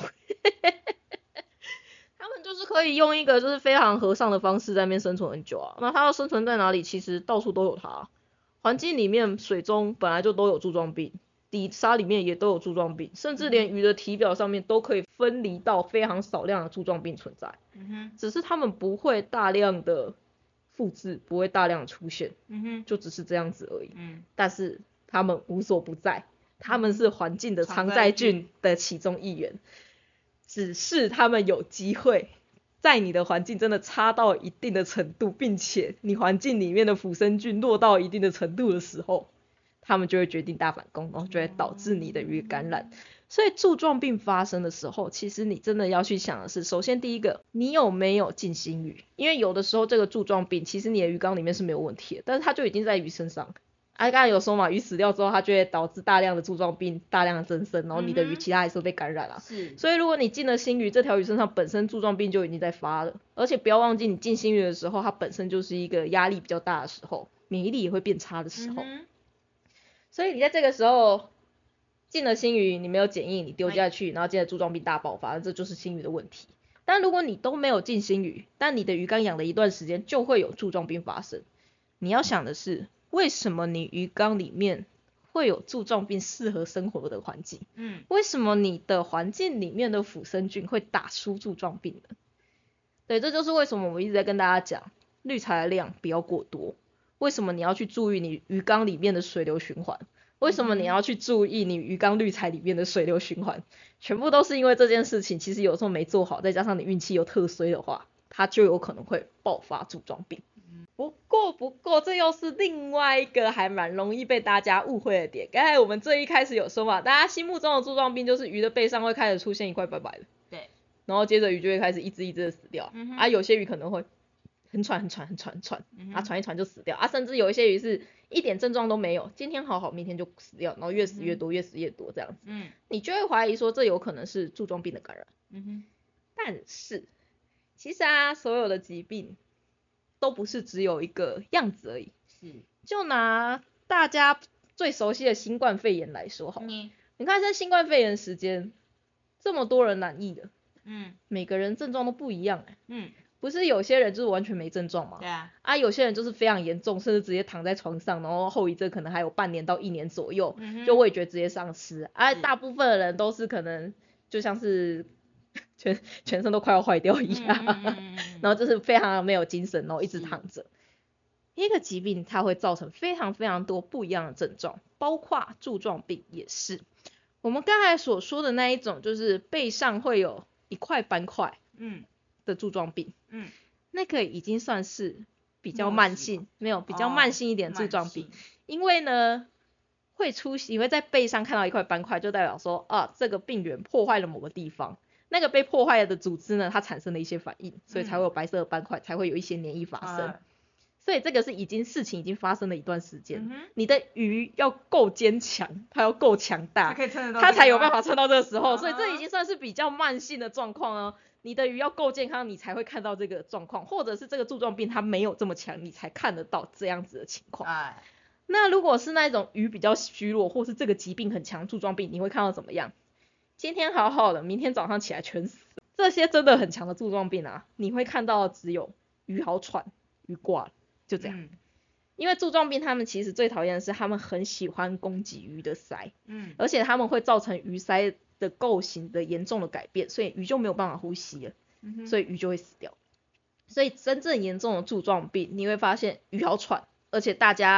[SPEAKER 1] 他们就是可以用一个就是非常和尚的方式在那边生存很久啊。那它要生存在哪里？其实到处都有它。环境里面、水中本来就都有柱状病，底沙里面也都有柱状病，甚至连鱼的体表上面都可以分离到非常少量的柱状病存在。嗯哼，只是它们不会大量的复制，不会大量的出现。嗯哼，就只是这样子而已。嗯，但是它们无所不在。他们是环境的常在菌的其中一员，只是他们有机会在你的环境真的差到一定的程度，并且你环境里面的腐生菌落到一定的程度的时候，他们就会决定大反攻，然后就会导致你的鱼感染。所以柱状病发生的时候，其实你真的要去想的是，首先第一个，你有没有进新鱼？因为有的时候这个柱状病其实你的鱼缸里面是没有问题的，但是它就已经在鱼身上。啊，刚才有说嘛，鱼死掉之后，它就会导致大量的柱状病大量的增生，然后你的鱼其他还是会被感染啊。是。所以如果你进了新鱼，这条鱼身上本身柱状病就已经在发了，而且不要忘记你进新鱼的时候，它本身就是一个压力比较大的时候，免疫力也会变差的时候。嗯、所以你在这个时候进了新鱼，你没有检疫，你丢下去，然后接着柱状病大爆发，这就是新鱼的问题。但如果你都没有进新鱼，但你的鱼缸养了一段时间，就会有柱状病发生。你要想的是，为什么你鱼缸里面会有柱状病适合生活的环境？嗯，为什么你的环境里面的腐生菌会打出柱状病呢？对，这就是为什么我们一直在跟大家讲，滤材的量不要过多。为什么你要去注意你鱼缸里面的水流循环？为什么你要去注意你鱼缸滤材里面的水流循环？全部都是因为这件事情，其实有时候没做好，再加上你运气又特衰的话，它就有可能会爆发柱状病。不过不过这又是另外一个还蛮容易被大家误会的点。刚才我们最一开始有说嘛，大家心目中的柱状病就是鱼的背上会开始出现一块白白的，对，然后接着鱼就会开始一只一只的死掉，嗯、啊有些鱼可能会很喘很喘很喘很喘，嗯、啊喘一喘就死掉，啊甚至有一些鱼是一点症状都没有，今天好好明天就死掉，然后越死越多、嗯、越死越多这样子，嗯，你就会怀疑说这有可能是柱状病的感染，嗯哼，但是其实啊所有的疾病都不是只有一个样子而已。是。就拿大家最熟悉的新冠肺炎来说好了，嗯、你看在新冠肺炎时间，这么多人染疫的，嗯，每个人症状都不一样哎、欸，嗯，不是有些人就是完全没症状嘛，对啊，啊有些人就是非常严重，甚至直接躺在床上，然后后遗症可能还有半年到一年左右，嗯、就味觉直接丧失，啊大部分的人都是可能就像是。全全身都快要坏掉一样，嗯嗯嗯嗯然后就是非常没有精神，然后一直躺着。一个疾病它会造成非常非常多不一样的症状，包括柱状病也是。我们刚才所说的那一种，就是背上会有一块斑块，嗯，的柱状病，嗯，那个已经算是比较慢性，没有比较慢性一点柱状病，因为呢。会出现，你会在背上看到一块斑块，就代表说啊，这个病原破坏了某个地方，那个被破坏的组织呢，它产生了一些反应，所以才会有白色的斑块，才会有一些黏液发生。嗯、所以这个是已经事情已经发生了一段时间，嗯、你的鱼要够坚强，它要够强大，它才有办法撑到这个时候。所以这已经算是比较慢性的状况哦。你的鱼要够健康，你才会看到这个状况，或者是这个柱状病它没有这么强，你才看得到这样子的情况。哎那如果是那种鱼比较虚弱，或是这个疾病很强，柱状病，你会看到怎么样？今天好好的，明天早上起来全死。这些真的很强的柱状病啊，你会看到只有鱼好喘，鱼挂了，就这样。嗯、因为柱状病他们其实最讨厌的是，他们很喜欢攻击鱼的鳃，嗯，而且他们会造成鱼鳃的构型的严重的改变，所以鱼就没有办法呼吸了，嗯、所以鱼就会死掉。所以真正严重的柱状病，你会发现鱼好喘，而且大家。不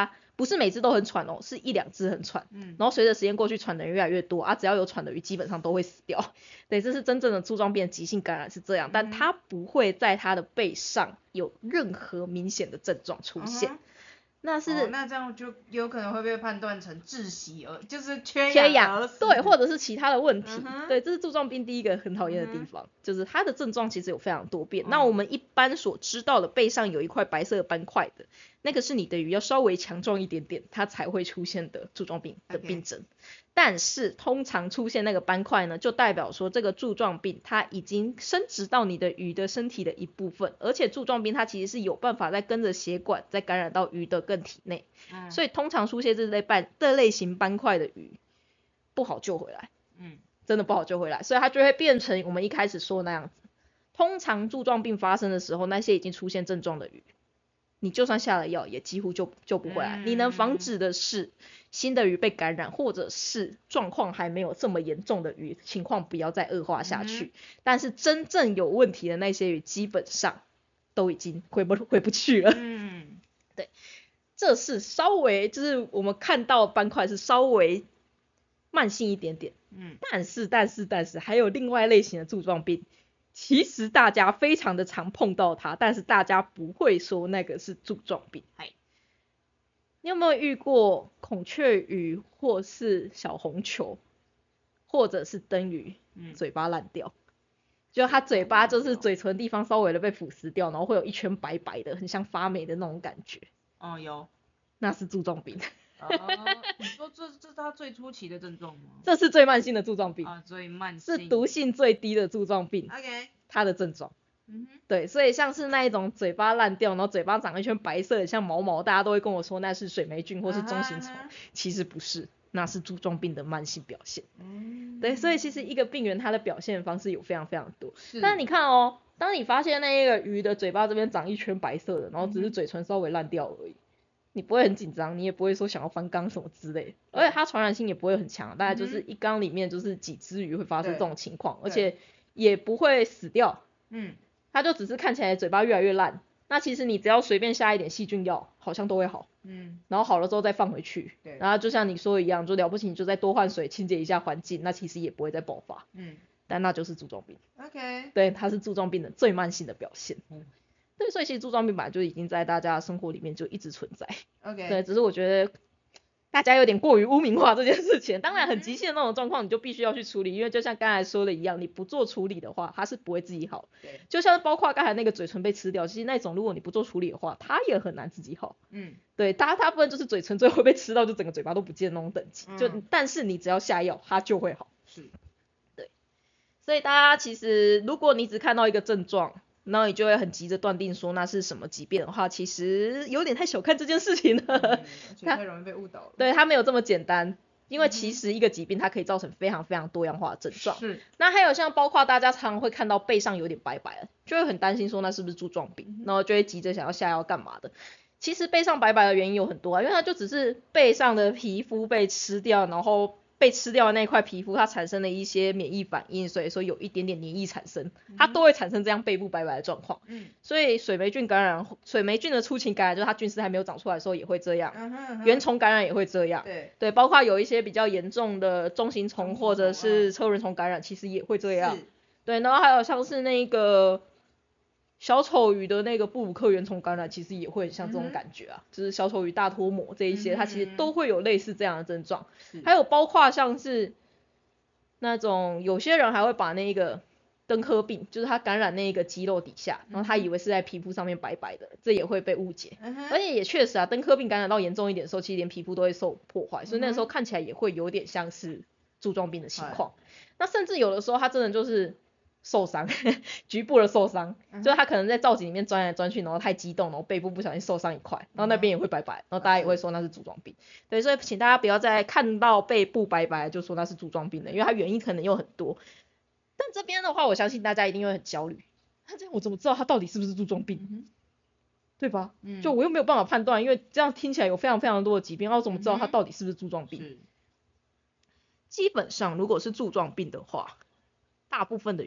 [SPEAKER 1] 不是每只都很喘哦，是一两只很喘，嗯，然后随着时间过去，喘的人越来越多啊，只要有喘的鱼基本上都会死掉。对，这是真正的柱状病急性感染是这样，但它不会在它的背上有任何明显的症状出现。嗯，那是、
[SPEAKER 3] 哦、那这样就有可能会被判断成窒息而就是缺
[SPEAKER 1] 氧而死，对，或者是其他的问题。嗯、对，这是柱状病第一个很讨厌的地方，嗯、就是它的症状其实有非常多变。嗯、那我们一般所知道的背上有一块白色的斑块的，那个是你的鱼要稍微强壮一点点，它才会出现的柱状病的病症。Okay. 但是通常出现那个斑块呢，就代表说这个柱状病它已经伸直到你的鱼的身体的一部分，而且柱状病它其实是有办法再跟着血管再感染到鱼的更体内。嗯、所以通常出现这类斑这类型斑块的鱼不好救回来，嗯，真的不好救回来，所以它就会变成我们一开始说的那样子。通常柱状病发生的时候，那些已经出现症状的鱼，你就算下了药也几乎救救不回来。嗯、你能防止的是新的鱼被感染，或者是状况还没有这么严重的鱼情况不要再恶化下去。嗯、但是真正有问题的那些鱼基本上都已经回不回不去了。嗯，对，这是稍微就是我们看到斑块是稍微慢性一点点。嗯，但是但是但是还有另外类型的柱状病。其实大家非常的常碰到它，但是大家不会说那个是柱状病。你有没有遇过孔雀鱼或是小红球或者是灯鱼、嗯、嘴巴烂掉？就它嘴巴就是嘴唇地方稍微的被腐蚀掉，然后会有一圈白白的很像发霉的那种感觉。
[SPEAKER 3] 哦，有。
[SPEAKER 1] 那是柱状病。
[SPEAKER 3] 哦，你说这这是它最初期的症状吗？
[SPEAKER 1] 这是最慢性的柱状病
[SPEAKER 3] 啊，最慢性
[SPEAKER 1] 是毒性最低的柱状病。
[SPEAKER 3] OK，
[SPEAKER 1] 它的症状，嗯哼，对，所以像是那一种嘴巴烂掉，然后嘴巴长一圈白色的像毛毛，大家都会跟我说那是水霉菌或是中型虫， uh-huh. 其实不是，那是柱状病的慢性表现。嗯，对，所以其实一个病原它的表现方式有非常非常多。是，但是你看哦，当你发现那一个鱼的嘴巴这边长一圈白色的，然后只是嘴唇稍微烂掉而已。嗯，你不会很紧张，你也不会说想要翻缸什么之类的，而且它传染性也不会很强，大概就是一缸里面就是几只鱼会发生这种情况，而且也不会死掉，嗯，它就只是看起来嘴巴越来越烂，那其实你只要随便下一点细菌药，好像都会好，嗯，然后好了之后再放回去，对，然后就像你说的一样，就了不起你就再多换水清洁一下环境，那其实也不会再爆发，嗯，但那就是柱状病
[SPEAKER 3] ，OK，
[SPEAKER 1] 对，它是柱状病的最慢性的表现，嗯。对，所以其实柱状病本来就已经在大家的生活里面就一直存在。OK。对，只是我觉得大家有点过于污名化这件事情。当然很急性的那种状况，你就必须要去处理，因为就像刚才说的一样，你不做处理的话，它是不会自己好。对。就像包括刚才那个嘴唇被吃掉，其实那种如果你不做处理的话，它也很难自己好。嗯。对，大大部分就是嘴唇最后会被吃到，就整个嘴巴都不见那种等级。嗯、就但是你只要下药，它就会好。是。对。所以大家其实如果你只看到一个症状，然后你就会很急着断定说那是什么疾病的话，其实有点太小看这件事情了，嗯、
[SPEAKER 3] 而且太容易被误导了。
[SPEAKER 1] 对，它没有这么简单，因为其实一个疾病它可以造成非常非常多样化的症状。是。那还有像包括大家常常会看到背上有点白白的，就会很担心说那是不是柱状病，然后就会急着想要下药干嘛的。其实背上白白的原因有很多啊，因为它就只是背上的皮肤被吃掉，然后被吃掉的那块皮肤它产生了一些免疫反应，所以说有一点点黏液产生，它都会产生这样背部白白的状况。嗯，所以水霉菌感染，水霉菌的初期感染就是它菌丝还没有长出来的时候也会这样，嗯、原虫感染也会这样。对对，包括有一些比较严重的中型虫或者是车轮虫感染，其实也会这样。对，然后还有像是那个小丑鱼的那个布鲁克原虫感染，其实也会像这种感觉啊，嗯、就是小丑鱼大脱膜这一些，嗯、它其实都会有类似这样的症状。还有包括像是那种有些人还会把那个登科病，就是他感染那个肌肉底下，然后他以为是在皮肤上面白白的，这也会被误解。嗯、而且也确实啊，登科病感染到严重一点的时候，其实连皮肤都会受破坏，所以那个时候看起来也会有点像是柱状病的情况。嗯、那甚至有的时候他真的就是受伤，局部的受伤，嗯、就是他可能在造景里面钻来钻去，然后太激动，然后背部不小心受伤一块，然后那边也会白白，然后大家也会说那是柱状病。对，所以请大家不要再看到背部白白就说那是柱状病了，因为它原因可能有很多。但这边的话，我相信大家一定会很焦虑，那这样我怎么知道它到底是不是柱状病？嗯、对吧？嗯、就我又没有办法判断，因为这样听起来有非常非常多的疾病，那我怎么知道它到底是不是柱状病？嗯、基本上如果是柱状病的话，大部分的鱼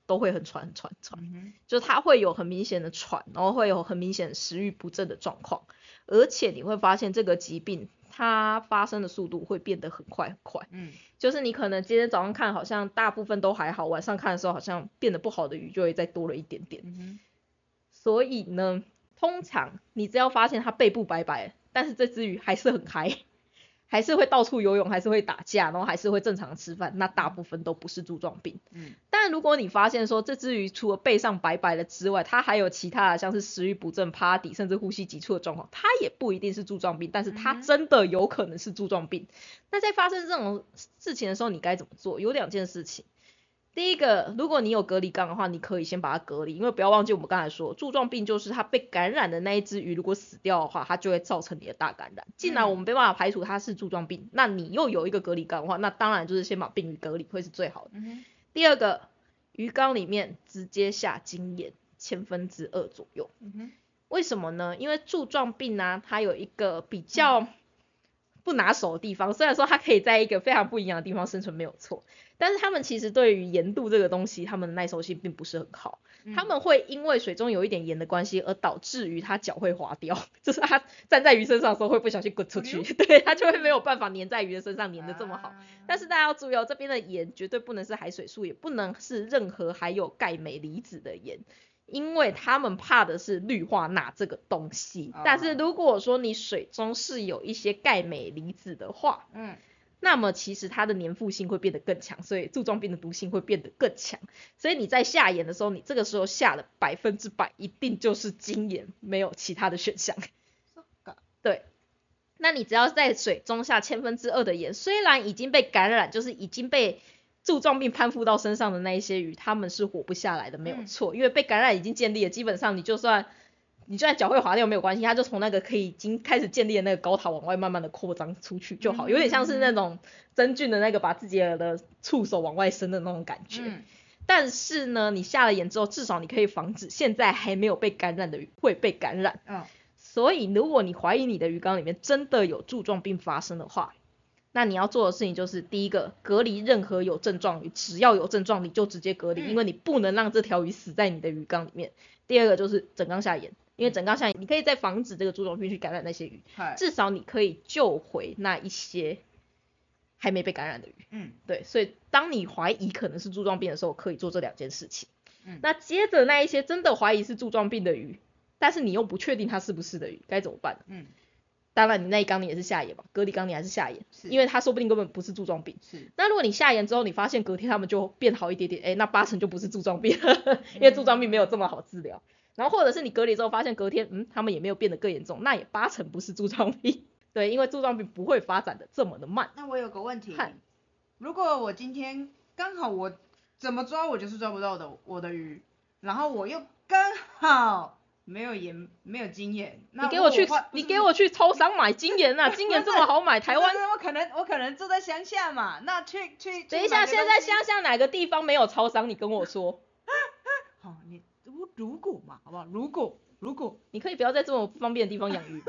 [SPEAKER 1] 都会很喘很喘很喘，嗯、就它会有很明显的喘，然后会有很明显的食欲不振的状况，而且你会发现这个疾病它发生的速度会变得很快很快，嗯，就是你可能今天早上看好像大部分都还好，晚上看的时候好像变得不好的鱼就会再多了一点点，嗯、所以呢，通常你只要发现它背部白白，但是这只鱼还是很嗨。还是会到处游泳，还是会打架，然后还是会正常吃饭，那大部分都不是柱状病。嗯，但如果你发现说这只鱼除了背上白白的之外，它还有其他的像是食欲不振、趴底，甚至呼吸急促的状况，它也不一定是柱状病，但是它真的有可能是柱状病。嗯、那在发生这种事情的时候，你该怎么做？有两件事情。第一个，如果你有隔离缸的话，你可以先把它隔离，因为不要忘记我们刚才说，柱状病就是它被感染的那一只鱼如果死掉的话，它就会造成你的大感染。既然我们没办法排除它是柱状病，那你又有一个隔离缸的话，那当然就是先把病鱼隔离会是最好的。嗯、第二个，鱼缸里面直接下精盐千分之二左右。嗯、为什么呢？因为柱状病啊，它有一个比较不拿手的地方，虽然说它可以在一个非常不营养的地方生存没有错，但是它们其实对于盐度这个东西，它们的耐受性并不是很好。嗯、它们会因为水中有一点盐的关系，而导致于它脚会滑掉，就是它站在鱼身上的时候会不小心滚出去，嗯、对，它就会没有办法粘在鱼的身上粘得这么好。啊、但是大家要注意哦，这边的盐绝对不能是海水素，也不能是任何含有钙镁离子的盐。因为他们怕的是氯化钠这个东西，哦、但是如果说你水中是有一些钙镁离子的话，嗯，那么其实它的粘附性会变得更强，所以柱状病的毒性会变得更强。所以你在下盐的时候，你这个时候下的百分之百一定就是精盐，没有其他的选项。对，那你只要在水中下千分之二的盐，虽然已经被感染，就是已经被柱状病攀附到身上的那一些鱼，他们是活不下来的，没有错，嗯、因为被感染已经建立了，基本上你就算你就算脚会滑掉没有关系，它就从那个可以已经开始建立的那个高塔往外慢慢的扩张出去就好，有点像是那种真菌的那个把自己的触手往外伸的那种感觉。嗯、但是呢，你下了盐之后，至少你可以防止现在还没有被感染的鱼会被感染。嗯、所以如果你怀疑你的鱼缸里面真的有柱状病发生的话，那你要做的事情就是第一个，隔离任何有症状鱼，只要有症状你就直接隔离，嗯、因为你不能让这条鱼死在你的鱼缸里面。第二个就是整缸下盐，因为整缸下盐你可以再防止这个柱状病去感染那些鱼，嗯、至少你可以救回那一些还没被感染的鱼。嗯，对，所以当你怀疑可能是柱状病的时候，可以做这两件事情。嗯，那接着那一些真的怀疑是柱状病的鱼，但是你又不确定它是不是的鱼，该怎么办？嗯。当然你那一缸你也是下盐嘛，隔离缸你还是下盐，因为它说不定根本不是柱状病。是。那如果你下盐之后你发现隔天它们就变好一点点，哎，那八成就不是柱状病了，因为柱状病没有这么好治疗。然后或者是你隔离之后发现隔天，嗯，它们也没有变得更严重，那也八成不是柱状病。对，因为柱状病不会发展的这么的慢。
[SPEAKER 3] 那我有个问题，如果我今天刚好我怎么抓我就是抓不到的我的鱼，然后我又刚好没有盐，没有精盐，
[SPEAKER 1] 你给我去，你给我去超商买精盐啊！精盐这么好买，台湾
[SPEAKER 3] 我可能我可能住在乡下嘛，那去去。
[SPEAKER 1] 等一下，现在乡下哪个地方没有超商？你跟我说。
[SPEAKER 3] 好，你如如果嘛，好不好？如果如果
[SPEAKER 1] 你可以不要在这么不方便的地方养鱼。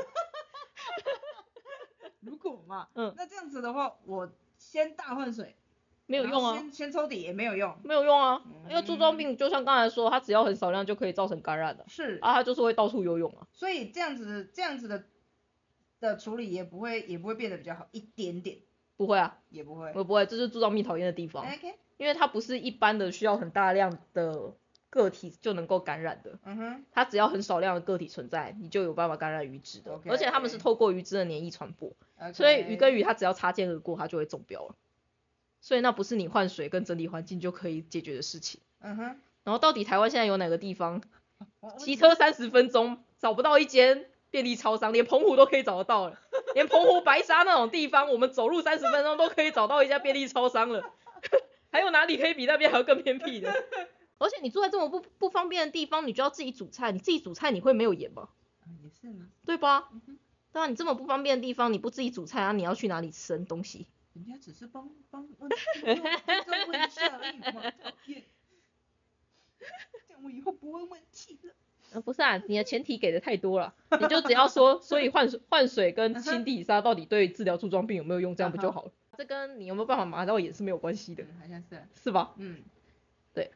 [SPEAKER 3] 如果嘛，嗯，那这样子的话，我先大换水。
[SPEAKER 1] 没有用啊，
[SPEAKER 3] 先先抽底也没有用，
[SPEAKER 1] 没有用啊，因为柱状病就像刚才说，它只要很少量就可以造成感染的，
[SPEAKER 3] 是
[SPEAKER 1] 啊，它就是会到处游泳啊，
[SPEAKER 3] 所以这样子这样子的的处理也不会也不会变得比较好一点点，
[SPEAKER 1] 不会啊，
[SPEAKER 3] 也不会，
[SPEAKER 1] 我不会，这是柱状病讨厌的地方 ，OK， 因为它不是一般的需要很大量的个体就能够感染的，嗯哼，它只要很少量的个体存在，你就有办法感染鱼只的， okay, 而且它们是透过鱼只的黏液传播， okay, 所以鱼跟鱼它只要擦肩而过，它就会中标了。所以那不是你换水跟整理环境就可以解决的事情。嗯哼。然后到底台湾现在有哪个地方骑车三十分钟找不到一间便利超商，连澎湖都可以找得到了，连澎湖白沙那种地方，我们走路三十分钟都可以找到一家便利超商了。还有哪里可以比那边还要更偏僻的？而且你住在这么不不方便的地方，你就要自己煮菜，你自己煮菜你会没有盐吗？
[SPEAKER 3] 也是吗？
[SPEAKER 1] 对吧？嗯哼。对啊，你这么不方便的地方，你不自己煮菜啊，你要去哪里吃东西？
[SPEAKER 3] 人家只是帮帮问，问一下而已嘛，讨厌。这样我以后不问问题了。
[SPEAKER 1] 呃，不是啊，你的前提给的太多了，你就只要说，所以换水换水跟清底沙到底对治疗柱状病有没有用，这样不就好了？这跟你有没有办法麻到盐是没有关系的，
[SPEAKER 3] 嗯、好像是，
[SPEAKER 1] 是吧？嗯，对。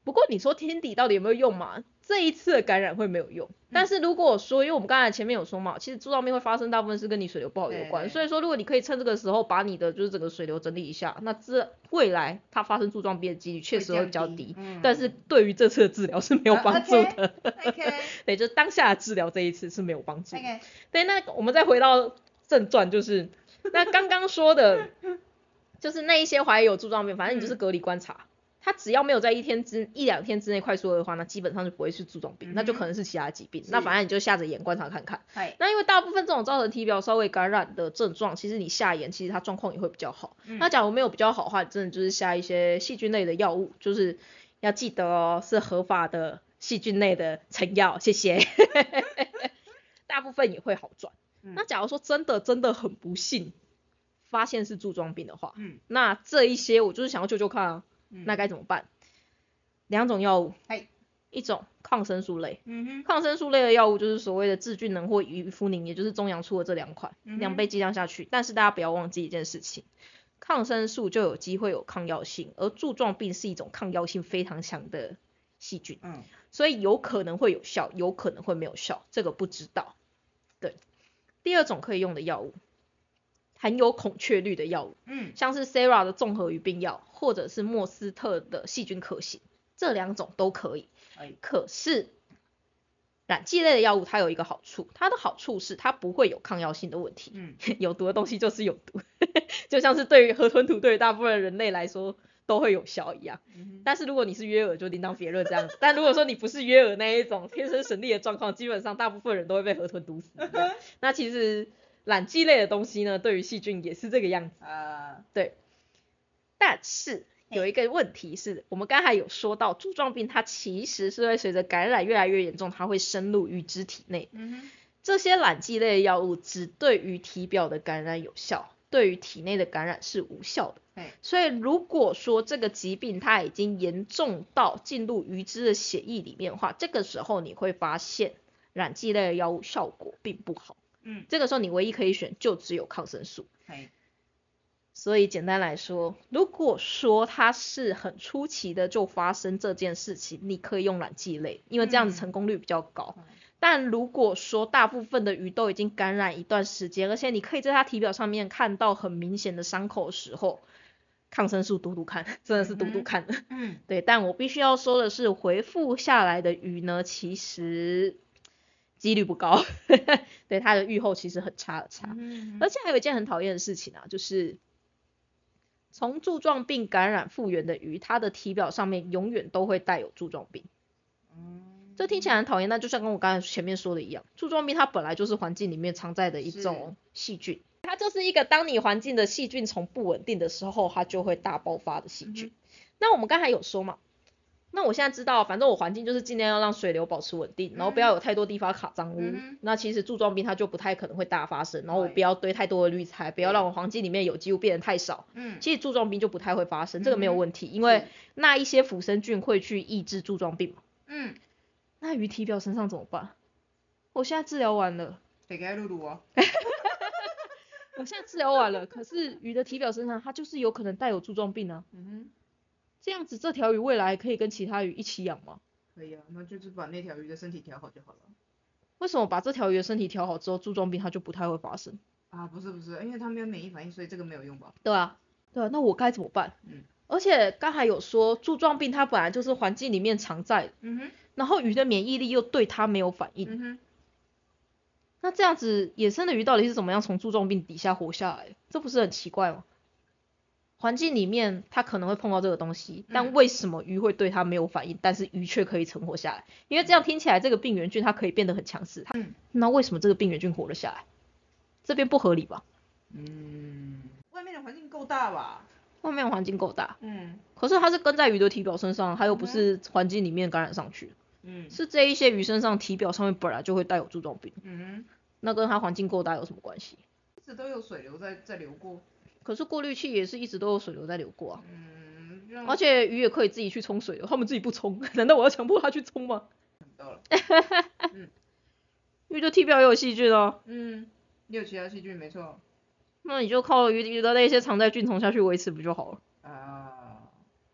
[SPEAKER 1] 不过你说天敌到底有没有用嘛？这一次的感染会没有用，嗯、但是如果说，因为我们刚才前面有说嘛，其实柱状病会发生大部分是跟你水流不好有关，所以说如果你可以趁这个时候把你的就是整个水流整理一下，那这未来它发生柱状病的几率确实会比较低，嗯、但是对于这次的治疗是没有帮助的。Uh, okay, okay. 对，就是当下的治疗这一次是没有帮助。Okay. 对，那我们再回到正传，就是那刚刚说的，就是那一些怀疑有柱状病，反正你就是隔离观察。嗯，他只要没有在一天之一两天之内快速的话，那基本上就不会是柱状病，嗯、那就可能是其他疾病。那反正你就下着眼观察看看。那因为大部分这种造成体表稍微感染的症状，其实你下眼其实它状况也会比较好。嗯、那假如没有比较好的话，真的就是下一些细菌类的药物，就是要记得哦，是合法的细菌类的成药，谢谢。大部分也会好转。嗯、那假如说真的真的很不幸发现是柱状病的话，嗯、那这一些我就是想要救救看啊。那该怎么办？两种药物，一种抗生素类，嗯哼，抗生素类的药物就是所谓的智菌能或鱼夫宁，也就是中阳出的这两款，嗯、两杯剂量下去。但是大家不要忘记一件事情，抗生素就有机会有抗药性，而柱状病是一种抗药性非常强的细菌，嗯，所以有可能会有效，有可能会没有效，这个不知道。对，第二种可以用的药物。含有孔雀绿的药物，嗯，像是 Sera 的综合鱼病药，或者是莫斯特的细菌可行，这两种都可以。哎、可是染剂类的药物它有一个好处，它的好处是它不会有抗药性的问题。嗯，有毒的东西就是有毒，就像是对于河豚吐对于大部分人类来说都会有效一样。嗯、但是如果你是约尔就另当别论这样子，但如果说你不是约尔那一种天生神力的状况，基本上大部分人都会被河豚毒死一样。那其实染剂类的东西呢，对于细菌也是这个样子。啊、uh, 对。但是有一个问题是，我们刚才有说到，柱状病它其实是会随着感染越来越严重，它会深入鱼肢体内。嗯哼。这些染剂类的药物只对于体表的感染有效，对于体内的感染是无效的。所以如果说这个疾病它已经严重到进入鱼肢的血液里面的话，这个时候你会发现染剂类的药物效果并不好。嗯，这个时候你唯一可以选就只有抗生素。所以简单来说，如果说它是很初期的就发生这件事情，你可以用染剂类，因为这样子成功率比较高。嗯、但如果说大部分的鱼都已经感染一段时间，而且你可以在它体表上面看到很明显的伤口的时候，抗生素赌赌看，真的是赌赌看的。嗯，对，但我必须要说的是，回复下来的鱼呢，其实几率不高。对，它的预后其实很差很差。嗯、而且还有一件很讨厌的事情啊，就是从柱状病感染复原的鱼，它的体表上面永远都会带有柱状病。嗯，这听起来很讨厌，但就像跟我刚才前面说的一样，柱状病它本来就是环境里面常在的一种细菌，它就是一个当你环境的细菌从不稳定的时候，它就会大爆发的细菌。嗯、那我们刚才有说嘛，那我现在知道，反正我环境就是尽量要让水流保持稳定，然后不要有太多地方卡脏污。嗯、那其实柱状病它就不太可能会大发生，然后我不要堆太多的滤材，不要让我环境里面有机物变得太少。嗯，其实柱状病就不太会发生，这个没有问题，因为那一些腐生菌会去抑制柱状病嘛。嗯，那鱼体表身上怎么办？我现在治疗完了，
[SPEAKER 3] 得给它撸撸啊。
[SPEAKER 1] 我现在治疗完了，可是鱼的体表身上它就是有可能带有柱状病啊。嗯哼。这样子这条鱼未来可以跟其他鱼一起养吗？
[SPEAKER 3] 可以啊，那就是把那条鱼的身体调好就好了。
[SPEAKER 1] 为什么把这条鱼的身体调好之后，柱状病它就不太会发生？
[SPEAKER 3] 啊，不是不是，因为它没有免疫反应，所以这个没有用吧？
[SPEAKER 1] 对啊，对啊，那我该怎么办？嗯，而且刚才有说柱状病它本来就是环境里面常在的，嗯哼，然后鱼的免疫力又对它没有反应，嗯哼，那这样子野生的鱼到底是怎么样从柱状病底下活下来的？这不是很奇怪吗？环境里面它可能会碰到这个东西，但为什么鱼会对它没有反应，但是鱼却可以存活下来？因为这样听起来这个病原菌它可以变得很强势，嗯，那为什么这个病原菌活了下来？这边不合理吧？
[SPEAKER 3] 嗯，外面的环境够大吧？
[SPEAKER 1] 外面的环境够大，嗯，可是它是跟在鱼的体表身上，还有不是环境里面感染上去，嗯，是这一些鱼身上体表上面本来就会带有柱状病，嗯，那跟它环境够大有什么关系？
[SPEAKER 3] 一直都有水流在在流过。
[SPEAKER 1] 可是过滤器也是一直都有水流在流过啊，嗯，而且鱼也可以自己去冲水流，他们自己不冲，难道我要强迫它去冲吗？
[SPEAKER 3] 想到了，
[SPEAKER 1] 嗯，鱼的体表也有细菌哦，
[SPEAKER 3] 嗯，也有其他细菌没错，
[SPEAKER 1] 那你就靠鱼鱼的那些常在菌虫下去维持不就好了？啊，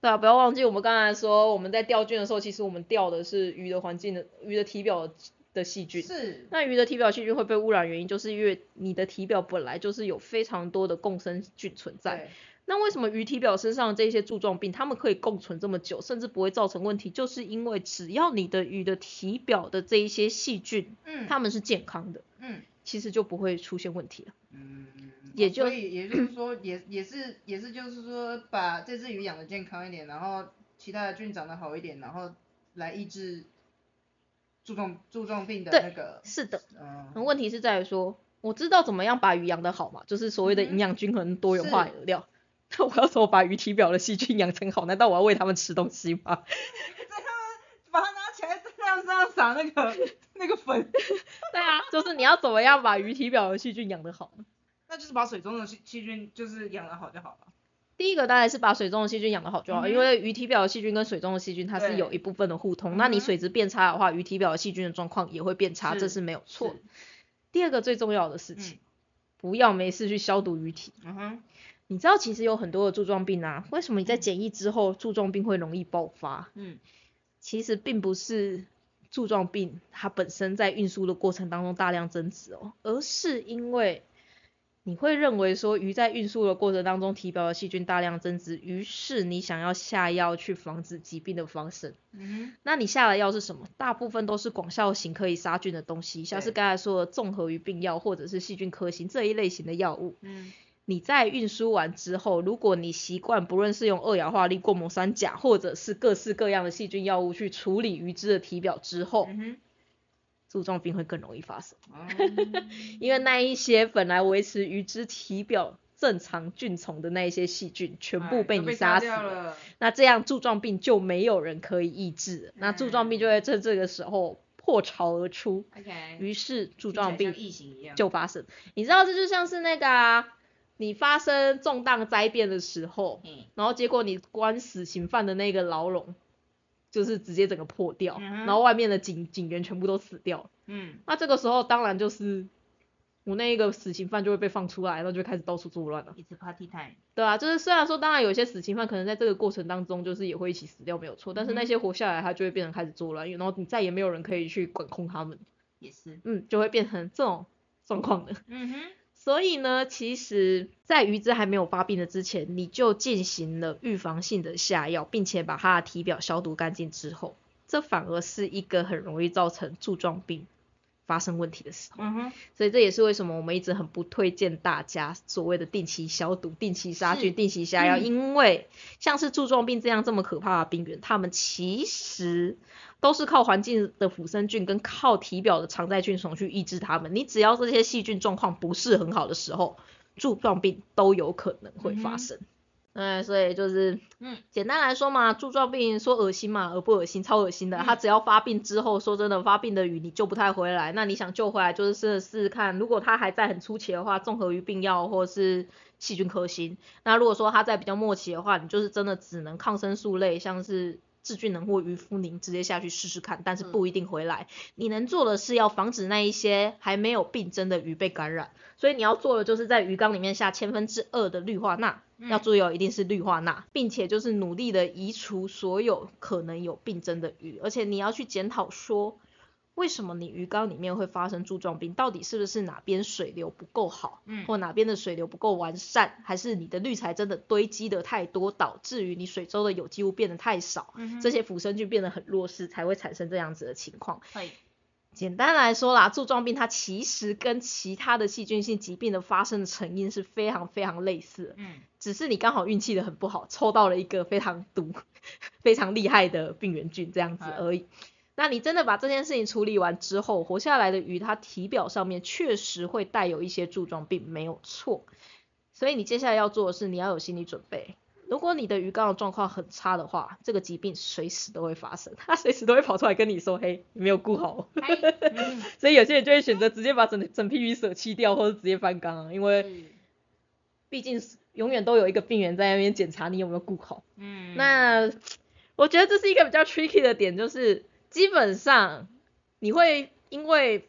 [SPEAKER 1] 对啊，不要忘记我们刚才说我们在钓菌的时候，其实我们钓的是鱼的环境的鱼的体表的细菌。
[SPEAKER 3] 是。
[SPEAKER 1] 那鱼的体表细菌会被污染，原因就是因为你的体表本来就是有非常多的共生菌存在。那为什么鱼体表身上的这些柱状病，它们可以共存这么久，甚至不会造成问题，就是因为只要你的鱼的体表的这一些细菌，嗯，它们是健康的，嗯，其实就不会出现问题了。嗯，也就、
[SPEAKER 3] 哦、所以也就是说，也也是也是就是说，把这只鱼养得健康一点，然后其他的菌长得好一点，然后来抑制柱状柱状病的那个。
[SPEAKER 1] 对，是的。嗯，问题是在于说，我知道怎么样把鱼养得好嘛，就是所谓的营养均衡多元化饵料。那我要怎么把鱼体表的细菌养成好？难道我要喂它们吃东西吗？
[SPEAKER 3] 在它们把它拿起来，在它们身上撒那个那个粉。
[SPEAKER 1] 对啊，就是你要怎么样把鱼体表的细菌养得好呢？
[SPEAKER 3] 那就是把水中的细细菌就是养得好就好了。
[SPEAKER 1] 第一个当然是把水中的细菌养得好就好，嗯、因为鱼体表的细菌跟水中的细菌它是有一部分的互通。那你水质变差的话，鱼体表的细菌的状况也会变差，这是没有错。第二个最重要的事情，嗯、不要没事去消毒鱼体。嗯哼。你知道其实有很多的柱状病啊，为什么你在检疫之后柱状病会容易爆发？嗯，其实并不是柱状病它本身在运输的过程当中大量增殖哦，而是因为你会认为说鱼在运输的过程当中体表的细菌大量增殖，于是你想要下药去防止疾病的发生。嗯哼，那你下的药是什么？大部分都是广效型可以杀菌的东西，像是刚才说的综合鱼病药或者是细菌科型这一类型的药物。嗯。你在运输完之后，如果你习惯不论是用二氧化氯、过锰酸钾或者是各式各样的细菌药物去处理鱼只的体表之后，嗯、柱状病会更容易发生。嗯、因为那一些本来维持鱼只体表正常菌丛的那一些细菌全部被你杀死 了, 了那这样柱状病就没有人可以抑制了、嗯、那柱状病就会在这个时候破巢而出、okay, 于是柱状病就发生。你知道这就像是那个啊你发生重大灾变的时候、嗯、然后结果你关死刑犯的那个牢笼就是直接整个破掉、嗯、然后外面的警警员全部都死掉、嗯、那这个时候当然就是我那个死刑犯就会被放出来，然后就会开始到处作乱了。
[SPEAKER 2] It's party time。
[SPEAKER 1] 对啊，就是虽然说当然有些死刑犯可能在这个过程当中就是也会一起死掉没有错、嗯、但是那些活下来他就会变成开始作乱，然后你再也没有人可以去管控他们。
[SPEAKER 2] 也是。
[SPEAKER 1] 嗯，就会变成这种状况的。嗯哼。所以呢，其实在鱼只还没有发病的之前，你就进行了预防性的下药，并且把它的体表消毒干净之后，这反而是一个很容易造成柱状病发生问题的时候、嗯、哼所以这也是为什么我们一直很不推荐大家所谓的定期消毒、定期杀菌、定期下药、嗯、因为像是柱状病这样这么可怕的病原，它们其实都是靠环境的腐生菌跟靠体表的常在菌丛去抑制它们。你只要这些细菌状况不是很好的时候，柱状病都有可能会发生。嗯，所以就是，嗯，简单来说嘛，柱状病说恶心嘛，恶不恶心？超恶心的。它只要发病之后，说真的，发病的鱼你救不太回来。那你想救回来，就是试试看，如果它还在很初期的话，综合鱼病药或是细菌科兴。那如果说它在比较末期的话，你就是真的只能抗生素类，像是治菌能或渔夫宁直接下去试试看，但是不一定回来。嗯、你能做的是要防止那一些还没有病征的鱼被感染，所以你要做的就是在鱼缸里面下千分之二的氯化钠。嗯、要注意哦，一定是氯化钠，并且就是努力的移除所有可能有病征的鱼，而且你要去检讨说，为什么你鱼缸里面会发生柱状病？到底是不是哪边水流不够好，嗯、或哪边的水流不够完善，还是你的滤材真的堆积的太多，导致于你水中的有机物变得太少，嗯、这些腐生菌变得很弱势，才会产生这样子的情况。简单来说啦，柱状病它其实跟其他的细菌性疾病的发生的成因是非常非常类似的，嗯，只是你刚好运气的很不好，抽到了一个非常毒、非常厉害的病原菌这样子而已。嗯、那你真的把这件事情处理完之后，活下来的鱼它体表上面确实会带有一些柱状病，没有错。所以你接下来要做的是，你要有心理准备。如果你的鱼缸的状况很差的话，这个疾病随时都会发生，它随时都会跑出来跟你说，嘿，你没有顾好。嗯、所以有些人就会选择直接把整整批鱼舍弃掉，或者直接翻缸，因为毕竟永远都有一个病原在那边检查你有没有顾好。嗯，那我觉得这是一个比较 tricky 的点，就是基本上你会因为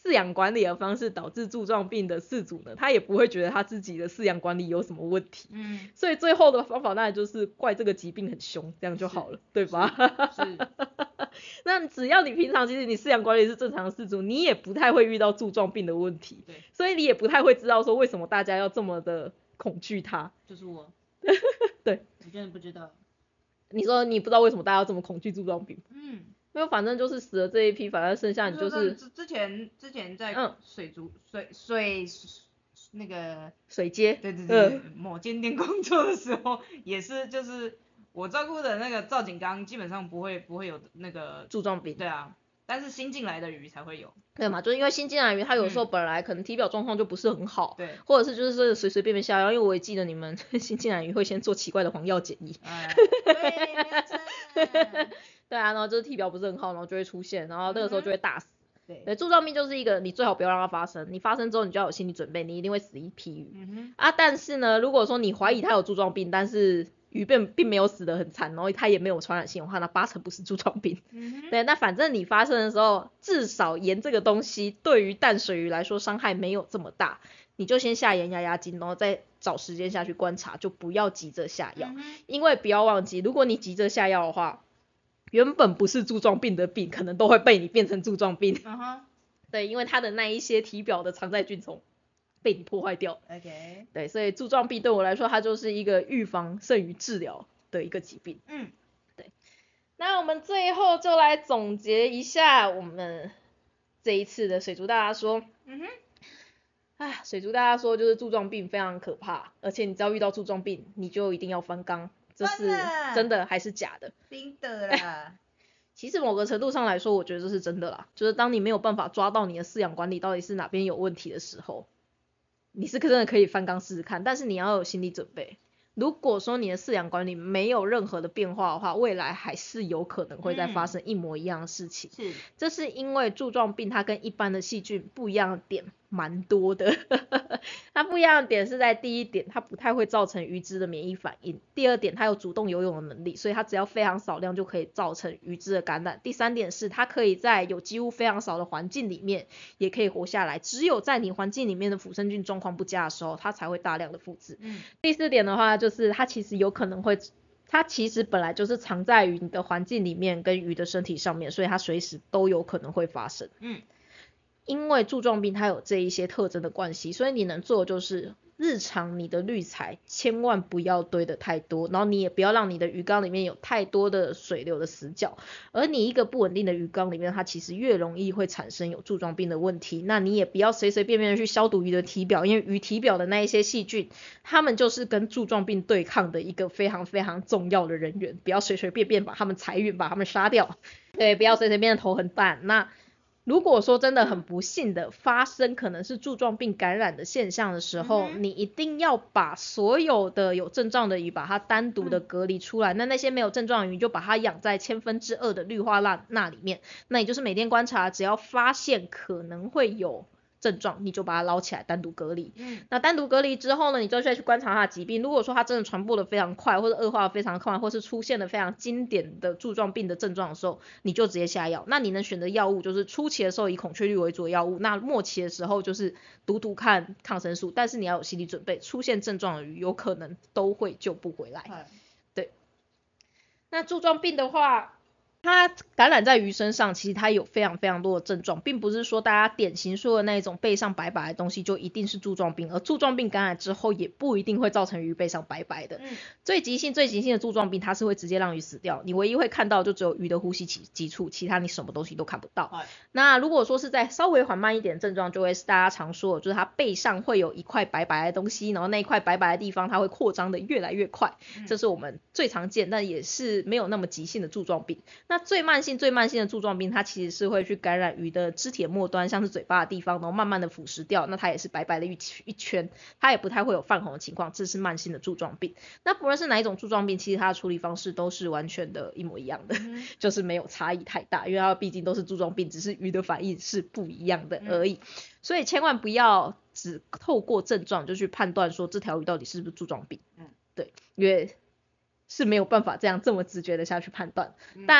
[SPEAKER 1] 饲养管理的方式导致柱状病的饲主呢，他也不会觉得他自己的饲养管理有什么问题，嗯，所以最后的方法当然就是怪这个疾病很凶，这样就好了，对吧？是。是那只要你平常其实你饲养管理是正常的饲主，你也不太会遇到柱状病的问题，对，所以你也不太会知道说为什么大家要这么的恐惧它。
[SPEAKER 2] 就是我。
[SPEAKER 1] 对。
[SPEAKER 2] 我真的不知道。
[SPEAKER 1] 你说你不知道为什么大家要这么恐惧柱状病？嗯。没有，反正就是死了这一批，反正剩下你就是
[SPEAKER 3] 之前之前在水族、嗯、水水那个
[SPEAKER 1] 水街，
[SPEAKER 3] 对对对、嗯、某间店工作的时候，也是就是我照顾的那个造景缸基本上不会不会有那个
[SPEAKER 1] 柱状病，
[SPEAKER 3] 对啊，但是新进来的鱼才会有。
[SPEAKER 1] 对嘛，就是因为新进来的鱼，它有时候本来可能体表状况就不是很好，对、嗯，或者是就是随随便便下药，因为我也记得你们新进来的鱼会先做奇怪的黄药检疫。哎，对，没错。对啊，然后就是体表不是很好，然后就会出现，然后那个时候就会大死。嗯、对，柱状病就是一个你最好不要让它发生，你发生之后你就要有心理准备，你一定会死一批鱼。嗯哼。啊，但是呢，如果说你怀疑它有柱状病，但是鱼并并没有死得很惨，然后它也没有传染性的话，那八成不是柱状病。嗯哼。对，那反正你发生的时候，至少盐这个东西对于淡水鱼来说伤害没有这么大，你就先下盐压压惊，然后再找时间下去观察，就不要急着下药。嗯、因为不要忘记，如果你急着下药的话，原本不是柱状病的病，可能都会被你变成柱状病。嗯哼。对，因为它的那一些体表的常在菌丛被你破坏掉。OK。对，所以柱状病对我来说，它就是一个预防胜于治疗的一个疾病。嗯。对。那我们最后就来总结一下我们这一次的水族大家说。嗯哼。啊，水族大家说就是柱状病非常可怕，而且你只要遇到柱状病，你就一定要翻缸。这是真的还是假的？
[SPEAKER 3] 真的啦。
[SPEAKER 1] 其实某个程度上来说，我觉得这是真的啦。就是当你没有办法抓到你的饲养管理到底是哪边有问题的时候，你是真的可以翻缸试试看，但是你要有心理准备。如果说你的饲养管理没有任何的变化的话，未来还是有可能会再发生一模一样的事情。嗯、是，这是因为柱状病它跟一般的细菌不一样的点蛮多的。它不一样的点是在第一点，它不太会造成鱼只的免疫反应；第二点，它有主动游泳的能力，所以它只要非常少量就可以造成鱼只的感染；第三点是它可以在有几乎非常少的环境里面也可以活下来，只有在你环境里面的腐生菌状况不佳的时候，它才会大量的复制。嗯、第四点的话，就是它其实有可能会，它其实本来就是藏在于你的环境里面跟鱼的身体上面，所以它随时都有可能会发生。嗯。因为柱状病它有这一些特征的关系，所以你能做的就是日常你的滤材千万不要堆得太多，然后你也不要让你的鱼缸里面有太多的水流的死角，而你一个不稳定的鱼缸里面，它其实越容易会产生有柱状病的问题。那你也不要随随便便的去消毒鱼的体表，因为鱼体表的那一些细菌，它们就是跟柱状病对抗的一个非常非常重要的人员，不要随随便便把它们裁员，把它们杀掉。对，不要随随便便投很淡。那如果说真的很不幸的发生可能是柱状病感染的现象的时候，嗯、你一定要把所有的有症状的鱼把它单独的隔离出来，嗯、那那些没有症状的鱼就把它养在千分之二的氯化钠钠里面，那你就是每天观察，只要发现可能会有症状，你就把它捞起来单独隔离。嗯，那单独隔离之后呢，你就再去观察它的疾病。如果说它真的传播的非常快，或者恶化的非常快，或是出现了非常经典的柱状病的症状的时候，你就直接下药。那你能选择药物就是初期的时候以孔雀绿为主的药物，那末期的时候就是读读看抗生素，但是你要有心理准备，出现症状的鱼有可能都会救不回来。嗯、对。那柱状病的话，它感染在鱼身上，其实它有非常非常多的症状，并不是说大家典型说的那种背上白白的东西就一定是柱状病，而柱状病感染之后也不一定会造成鱼背上白白的。嗯、最急性最急性的柱状病，它是会直接让鱼死掉，你唯一会看到就只有鱼的呼吸急促，其他你什么东西都看不到。嗯、那如果说是在稍微缓慢一点的症状，就会是大家常说的，就是它背上会有一块白白的东西，然后那一块白白的地方它会扩张的越来越快，嗯、这是我们最常见但也是没有那么急性的柱状病。那最慢性最慢性的柱状病，它其实是会去感染鱼的肢体的末端，像是嘴巴的地方，然后慢慢的腐蚀掉，那它也是白白的一圈，它也不太会有泛红的情况，这是慢性的柱状病。那不论是哪一种柱状病，其实它的处理方式都是完全的一模一样的，嗯、就是没有差异太大，因为它毕竟都是柱状病，只是鱼的反应是不一样的而已。嗯、所以千万不要只透过症状就去判断说这条鱼到底是不是柱状病。嗯，对，因为是没有办法这样这么直觉的下去判断。嗯、但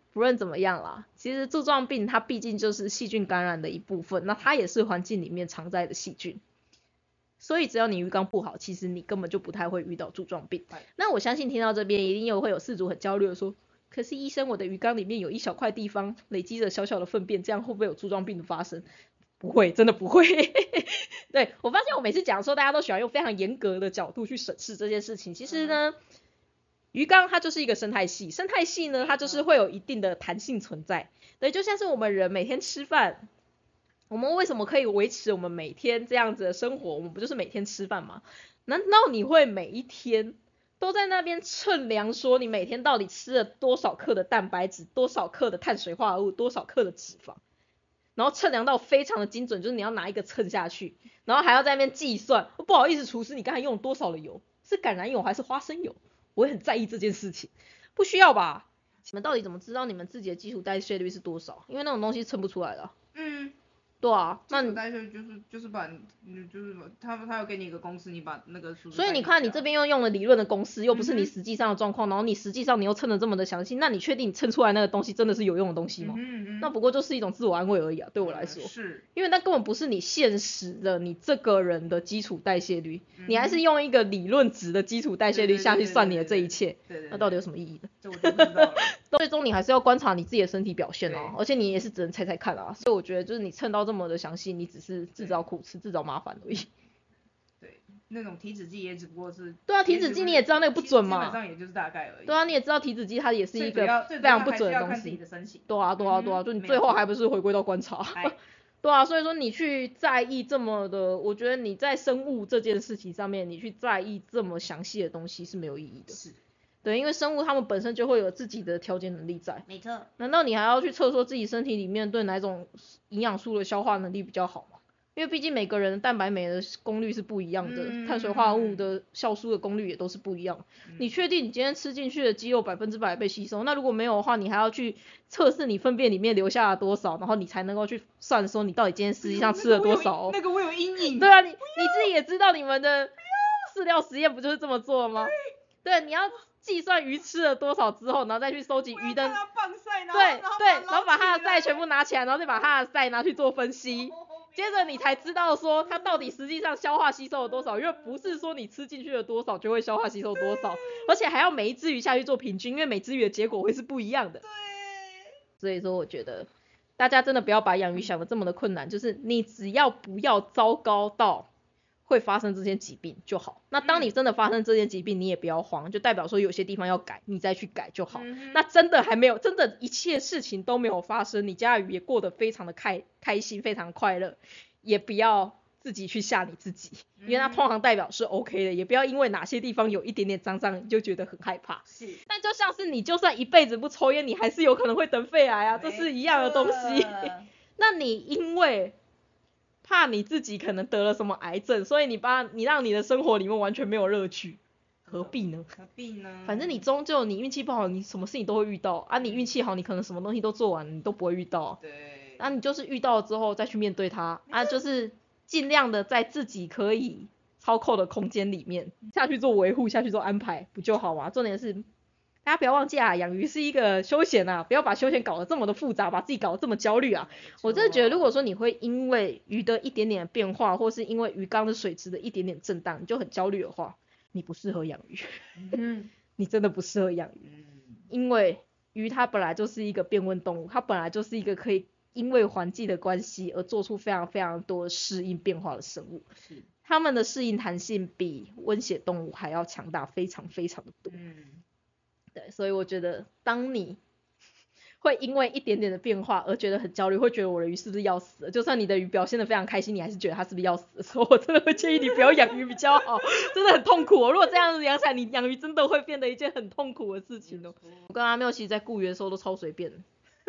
[SPEAKER 1] 不论怎么样啦，其实柱状病它毕竟就是细菌感染的一部分，那它也是环境里面常在的细菌。所以只要你鱼缸不好，其实你根本就不太会遇到柱状病。那我相信听到这边一定又会有饲主很焦虑的说，可是医生，我的鱼缸里面有一小块地方累积着小小的粪便，这样会不会有柱状病的发生？不会，真的不会。对，我发现我每次讲的时候，大家都喜欢用非常严格的角度去审视这件事情。其实呢，鱼缸它就是一个生态系，生态系呢它就是会有一定的弹性存在。对，就像是我们人每天吃饭，我们为什么可以维持我们每天这样子的生活？我们不就是每天吃饭吗？难道你会每一天都在那边称量说你每天到底吃了多少克的蛋白质，多少克的碳水化合物，多少克的脂肪，然后称量到非常的精准，就是你要拿一个称下去，然后还要在那边计算，不好意思厨师，你刚才用了多少的油，是橄榄油还是花生油？我会很在意这件事情。不需要吧？你们到底怎么知道你们自己的基础代谢率是多少？因为那种东西称不出来的。嗯，对啊，
[SPEAKER 3] 那你代谢就是就是把你就是他他要给你一个公式，你把那个数字。
[SPEAKER 1] 所以你看你这边又用了理论的公式，又不是你实际上的状况，嗯、然后你实际上你又称的这么的详细，那你确定你称出来那个东西真的是有用的东西吗？嗯嗯那不过就是一种自我安慰而已啊，对我来说。嗯、是。因为那根本不是你现实的你这个人的基础代谢率，嗯、你还是用一个理论值的基础代谢率下去算你的这一切，对对对对那到底有什么意义呢？
[SPEAKER 3] 这我就不知道了。
[SPEAKER 1] 最终你还是要观察你自己的身体表现啊，而且你也是只能猜猜看啊，所以我觉得就是你称到这么的详细，你只是自找苦吃自找麻烦而已。
[SPEAKER 3] 对，那种体脂计也只不过是。
[SPEAKER 1] 对啊，体脂计你也知道那个不准嘛。
[SPEAKER 3] 基本上也就是大概而已。
[SPEAKER 1] 对啊，你也知道体脂计它也是一个非常不准的东西。对啊，对啊，对啊，就你最后还不是回归到观察。对啊，所以说你去在意这么的，我觉得你在生物这件事情上面，你去在意这么详细的东西是没有意义的。是。对，因为生物它们本身就会有自己的调节能力在。
[SPEAKER 2] 没错。
[SPEAKER 1] 难道你还要去测说自己身体里面对哪种营养素的消化能力比较好吗？因为毕竟每个人的蛋白酶的功率是不一样的，嗯、碳水化合物的酵素的功率也都是不一样的。嗯、你确定你今天吃进去的肌肉百分之百被吸收？那如果没有的话，你还要去测试你粪便里面留下了多少，然后你才能够去算说你到底今天实际上吃了多少、哦
[SPEAKER 3] 那個。那个我有阴影。
[SPEAKER 1] 对啊，你你自己也知道你们的饲料实验不就是这么做吗？对，你要计算鱼吃了多少之后，然后再去收集鱼的，对对，然后把它的鳃全部拿起来，然后再把它的鳃拿去做分析。接着你才知道说它到底实际上消化吸收了多少，因为不是说你吃进去了多少就会消化吸收多少，而且还要每一只鱼下去做平均，因为每只鱼的结果会是不一样的。对。所以说我觉得大家真的不要把养鱼想的这么的困难，就是你只要不要糟糕到会发生这些疾病就好。那当你真的发生这些疾病，你也不要慌，就代表说有些地方要改，你再去改就好。嗯、那真的还没有，真的一切事情都没有发生，你家的鱼也过得非常的开开心，非常快乐，也不要自己去吓你自己，因为它通常代表是 OK 的，也不要因为哪些地方有一点点脏脏你就觉得很害怕。是。但就像是你就算一辈子不抽烟，你还是有可能会得肺癌啊，这是一样的东西。那你因为怕你自己可能得了什么癌症，所以你把你让你的生活里面完全没有乐趣，何必呢？
[SPEAKER 3] 何必呢？
[SPEAKER 1] 反正你终究你运气不好，你什么事情都会遇到啊。你运气好，你可能什么东西都做完，你都不会遇到。对。啊，你就是遇到了之后再去面对它啊，就是尽量的在自己可以操控的空间里面下去做维护，下去做安排，不就好吗？重点是大家不要忘记啊，养鱼是一个休闲啊，不要把休闲搞得这么的复杂，把自己搞得这么焦虑啊。我真的觉得，如果说你会因为鱼的一点点的变化，或是因为鱼缸的水质的一点点震荡，你就很焦虑的话，你不适合养鱼。嗯，你真的不适合养鱼，因为鱼它本来就是一个变温动物，它本来就是一个可以因为环境的关系而做出非常非常多的适应变化的生物。是，它们的适应弹性比温血动物还要强大，非常非常的多。嗯。对，所以我觉得当你会因为一点点的变化而觉得很焦虑，会觉得我的鱼是不是要死了，就算你的鱼表现得非常开心，你还是觉得它是不是要死的时候，我真的会建议你不要养鱼比较好，真的很痛苦哦。如果这样子养起来，你养鱼真的会变得一件很痛苦的事情哦。我跟阿妙其实在雇鱼的时候都超随便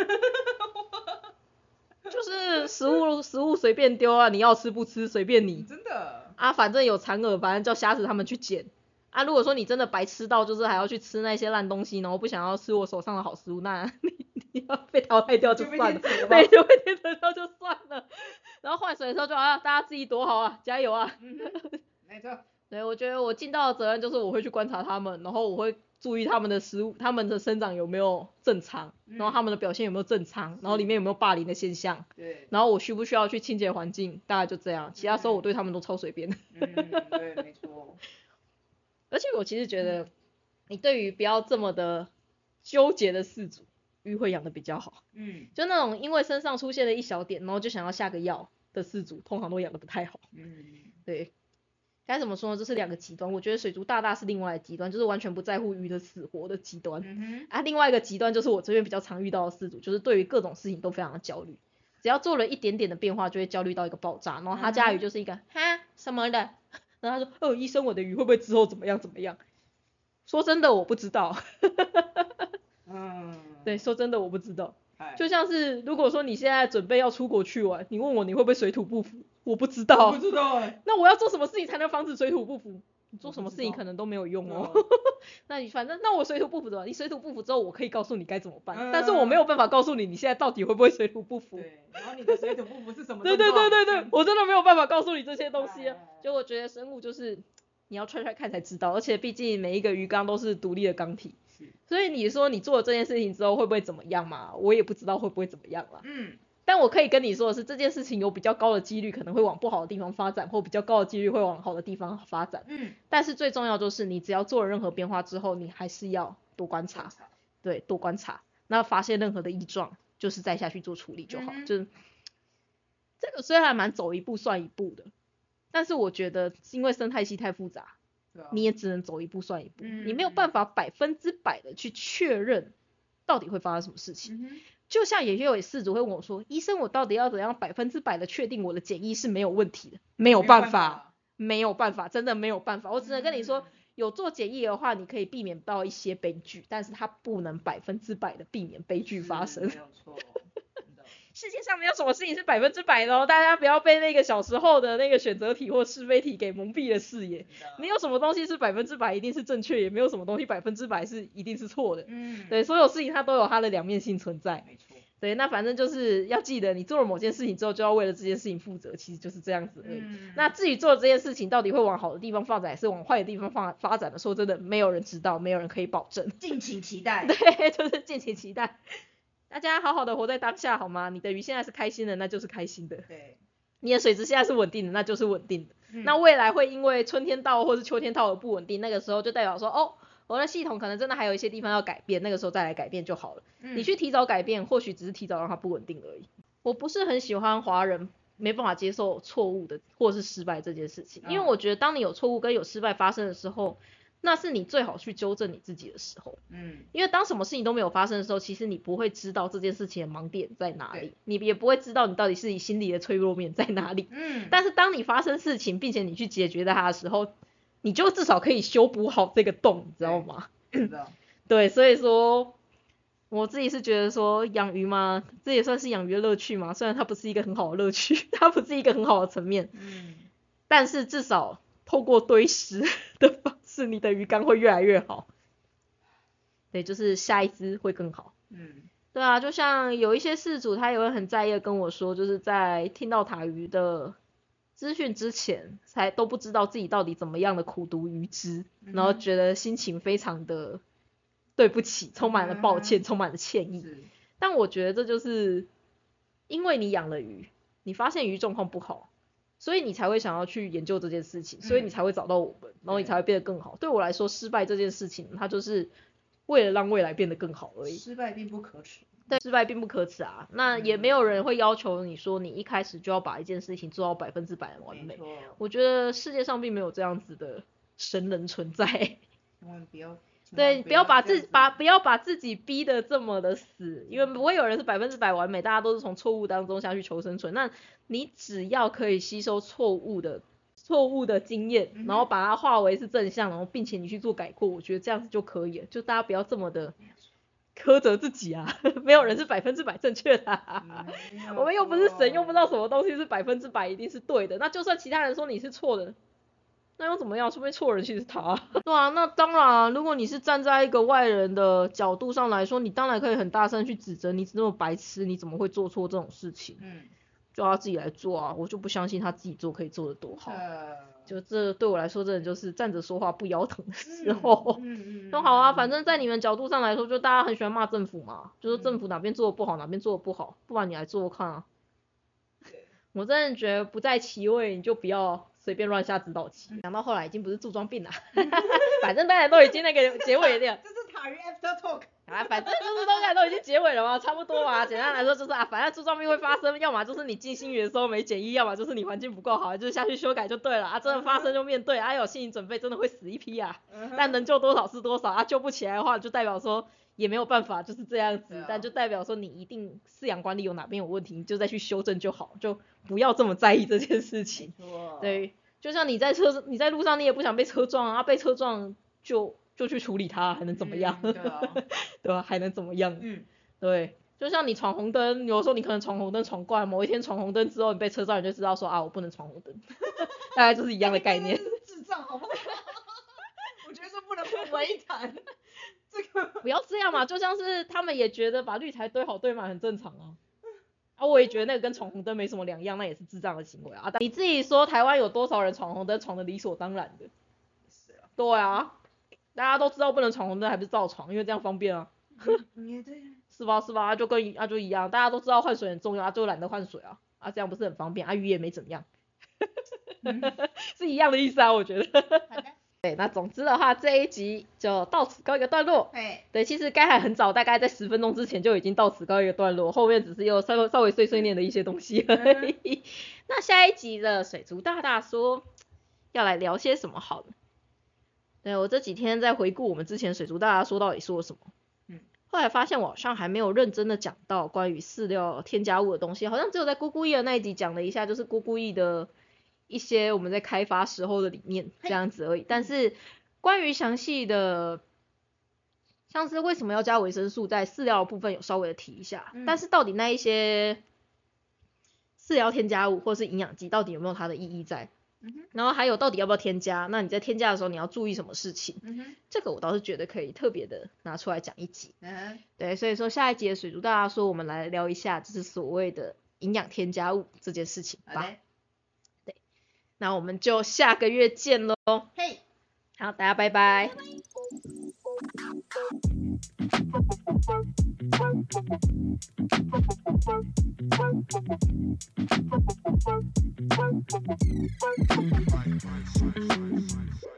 [SPEAKER 1] 就是食物食物随便丢啊，你要吃不吃随便你。
[SPEAKER 3] 真的
[SPEAKER 1] 啊，反正有残饵，反正叫虾子他们去捡。啊，如果说你真的白吃到就是还要去吃那些烂东西，然后不想要吃我手上的好食物，那你你要被淘汰掉就算了，对，就被天择掉就算了。然后换水的时候就啊，大家自己躲好啊，加油啊。
[SPEAKER 3] 嗯、没错。
[SPEAKER 1] 对，我觉得我尽到的责任就是我会去观察他们，然后我会注意他们的食物，他们的生长有没有正常，嗯、然后他们的表现有没有正常，然后里面有没有霸凌的现象，
[SPEAKER 3] 对，
[SPEAKER 1] 然后我需不需要去清洁环境，大概就这样，其他时候我对他们都超随便。
[SPEAKER 3] 嗯，对，没错。
[SPEAKER 1] 而且我其实觉得，你对于不要这么的纠结的饲主，鱼会养的比较好。嗯，就那种因为身上出现了一小点，然后就想要下个药的饲主，通常都养的不太好。嗯，对。该怎么说呢？这是两个极端。我觉得水族大大是另外一个极端，就是完全不在乎鱼的死活的极端。嗯、啊，另外一个极端就是我这边比较常遇到的饲主，就是对于各种事情都非常的焦虑，只要做了一点点的变化，就会焦虑到一个爆炸。然后他家鱼就是一个、嗯、哈什么的，然后他说，哦，医生，我的鱼会不会之后怎么样怎么样？说真的，我不知道。嗯，对，说真的，我不知道。就像是如果说你现在准备要出国去玩，你问我你会不会水土不服，我不知道。
[SPEAKER 3] 我不知道哎、欸。
[SPEAKER 1] 那我要做什么事情才能防止水土不服？你做什么事情可能都没有用哦。那你反正那我水土不服的，你水土不服之后，我可以告诉你该怎么办，嗯、但是我没有办法告诉你你现在到底会不会水土不服。
[SPEAKER 3] 对，然后你的水土不服是什么？
[SPEAKER 1] 对对对对对，我真的没有办法告诉你这些东西啊。就我觉得生物就是你要踹踹看才知道，而且毕竟每一个鱼缸都是独立的缸体。所以你说你做了这件事情之后会不会怎么样嘛？我也不知道会不会怎么样啦。嗯。但我可以跟你说的是，这件事情有比较高的几率可能会往不好的地方发展，或比较高的几率会往好的地方发展。嗯。但是最重要就是你只要做了任何变化之后，你还是要多观察。观察对，多观察。那发现任何的异状，就是再下去做处理就好。嗯、就是这个虽然蛮走一步算一步的，但是我觉得因为生态系太复杂。你也只能走一步算一步，嗯、你没有办法百分之百的去确认到底会发生什么事情。嗯、就像也有饲主会问我说，医生，我到底要怎样百分之百的确定我的检疫是没有问题的？没有办法，没有办法，真的没有办法。我只能跟你说，嗯、有做检疫的话，你可以避免到一些悲剧，但是它不能百分之百的避免悲剧发生。
[SPEAKER 3] 没有错。
[SPEAKER 1] 世界上没有什么事情是百分之百的哦，大家不要被那个小时候的那个选择题或是非题给蒙蔽了视野。没有什么东西是百分之百一定是正确，也没有什么东西百分之百是一定是错的。嗯，对，所有事情它都有它的两面性存在。
[SPEAKER 3] 没错。
[SPEAKER 1] 对，那反正就是要记得，你做了某件事情之后，就要为了这件事情负责，其实就是这样子而已。嗯、那至于做了这件事情到底会往好的地方发展，还是往坏的地方发发展的，说真的，没有人知道，没有人可以保证。
[SPEAKER 3] 敬请期待。
[SPEAKER 1] 对，就是敬请期待。大家好好的活在当下好吗？你的鱼现在是开心的，那就是开心的。
[SPEAKER 3] 对。
[SPEAKER 1] 你的水质现在是稳定的，那就是稳定的。嗯、那未来会因为春天到或是秋天到而不稳定，那个时候就代表说，哦，我的系统可能真的还有一些地方要改变，那个时候再来改变就好了。嗯、你去提早改变，或许只是提早让它不稳定而已。我不是很喜欢华人没办法接受错误的或是失败这件事情，因为我觉得当你有错误跟有失败发生的时候，那是你最好去纠正你自己的时候。嗯，因为当什么事情都没有发生的时候，其实你不会知道这件事情的盲点在哪里，你也不会知道你到底是你心里的脆弱面在哪里。嗯，但是当你发生事情并且你去解决它的时候，你就至少可以修补好这个洞，你知道吗？
[SPEAKER 3] 知道。
[SPEAKER 1] 对，所以说我自己是觉得说养鱼嘛，这也算是养鱼的乐趣嘛，虽然它不是一个很好的乐趣，它不是一个很好的层面。嗯，但是至少透过堆食的方式，你的鱼缸会越来越好。对，就是下一只会更好。嗯，对啊，就像有一些饲主他也会很在意的跟我说，就是在听到塔鱼的资讯之前，才都不知道自己到底怎么样的苦读鱼汁，嗯、然后觉得心情非常的对不起，充满了抱歉，嗯、充满了歉意。但我觉得这就是因为你养了鱼，你发现鱼状况不好，所以你才会想要去研究这件事情，嗯、所以你才会找到我们，然后你才会变得更好。对我来说，失败这件事情，它就是为了让未来变得更好而已。
[SPEAKER 3] 失败并不可耻。
[SPEAKER 1] 对，失败并不可耻啊。那也没有人会要求你说你一开始就要把一件事情做到百分之百的完美。我觉得世界上并没有这样子的神人存在。
[SPEAKER 3] 千万不要。
[SPEAKER 1] 对，不要把自把不要把自己逼得这么的死，因为不会有人是百分之百完美，大家都是从错误当中下去求生存。那你只要可以吸收错误的错误的经验，然后把它化为是正向，然后并且你去做改过，我觉得这样子就可以了。就大家不要这么的苛责自己啊，没有人是百分之百正确的、啊嗯、我们又不是神，又不知道什么东西是百分之百一定是对的。那就算其他人说你是错的，那又怎么样？说不定错人其实是他。对啊，那当然，如果你是站在一个外人的角度上来说，你当然可以很大声去指责你这么白痴，你怎么会做错这种事情？嗯，就他自己来做啊，我就不相信他自己做可以做得多好。呃就这对我来说真的就是站着说话不腰疼的时候。嗯嗯嗯。那好啊，反正在你们角度上来说，就大家很喜欢骂政府嘛，就是政府哪边做的不好，哪边做的不好，不然你来做看啊。我真的觉得不在其位，你就不要随便乱下指导棋。讲到后来已经不是柱状病了，反正大家都已经那个结尾了。
[SPEAKER 3] 这是塔鱼 after talk。
[SPEAKER 1] 啊，反正就是大家都已经结尾了嘛，差不多嘛。简单来说就是啊，反正柱状病会发生，要么就是你进新园的时候没检疫，要么就是你环境不够好，就是下去修改就对了啊。真的发生就面对啊，有心理准备，真的会死一批啊。嗯、但能救多少是多少啊，救不起来的话就代表说也没有办法，就是这样子。啊、但就代表说你一定饲养管理有哪边有问题，你就再去修正就好，就不要这么在意这件事情。对，就像你在车你在路上你也不想被车撞啊，被车撞就。就去处理它，还能怎么样？嗯、对啊，对吧？还能怎么样？嗯，对，就像你闯红灯，有时候你可能闯红灯闯惯，某一天闯红灯之后你被车撞，你就知道说啊，我不能闯红灯，大概就是一样的概念。
[SPEAKER 3] 智障好不好？我觉得这不能不为谈。这个
[SPEAKER 1] 不要这样嘛，就像是他们也觉得把绿台堆好堆满很正常啊。啊，我也觉得那个跟闯红灯没什么两样，那也是智障的行为啊。你自己说台湾有多少人闯红灯闯的理所当然的？是啊。对啊。大家都知道不能闯红灯，还不是照闯，因为这样方便啊。
[SPEAKER 3] 也对。
[SPEAKER 1] 是吧是吧？就跟啊就一样，大家都知道换水很重要，啊就懒得换水啊，啊这样不是很方便，啊鱼也没怎么样。是一样的意思啊，我觉得。好的。对，那总之的话，这一集就到此告一个段落。对。对，其实该还很早，大概在十分钟之前就已经到此告一个段落，后面只是又稍微稍微碎碎念的一些东西而已。嗯、那下一集的水族大大说要来聊些什么好呢？对，我这几天在回顾我们之前水族大家说到底说了什么，嗯，后来发现我好像还没有认真的讲到关于饲料添加物的东西，好像只有在咕咕益的那一集讲了一下，就是咕咕益的一些我们在开发时候的理念这样子而已。但是关于详细的，像是为什么要加维生素，在饲料的部分有稍微的提一下，嗯、但是到底那一些饲料添加物或是营养剂到底有没有它的意义在？嗯、然后还有到底要不要添加，那你在添加的时候你要注意什么事情，嗯、这个我倒是觉得可以特别的拿出来讲一集，嗯、对，所以说下一集的水族大家说我们来聊一下就是所谓的营养添加物这件事情吧，对，那我们就下个月见咯，嘿，好，大家拜拜。Bye.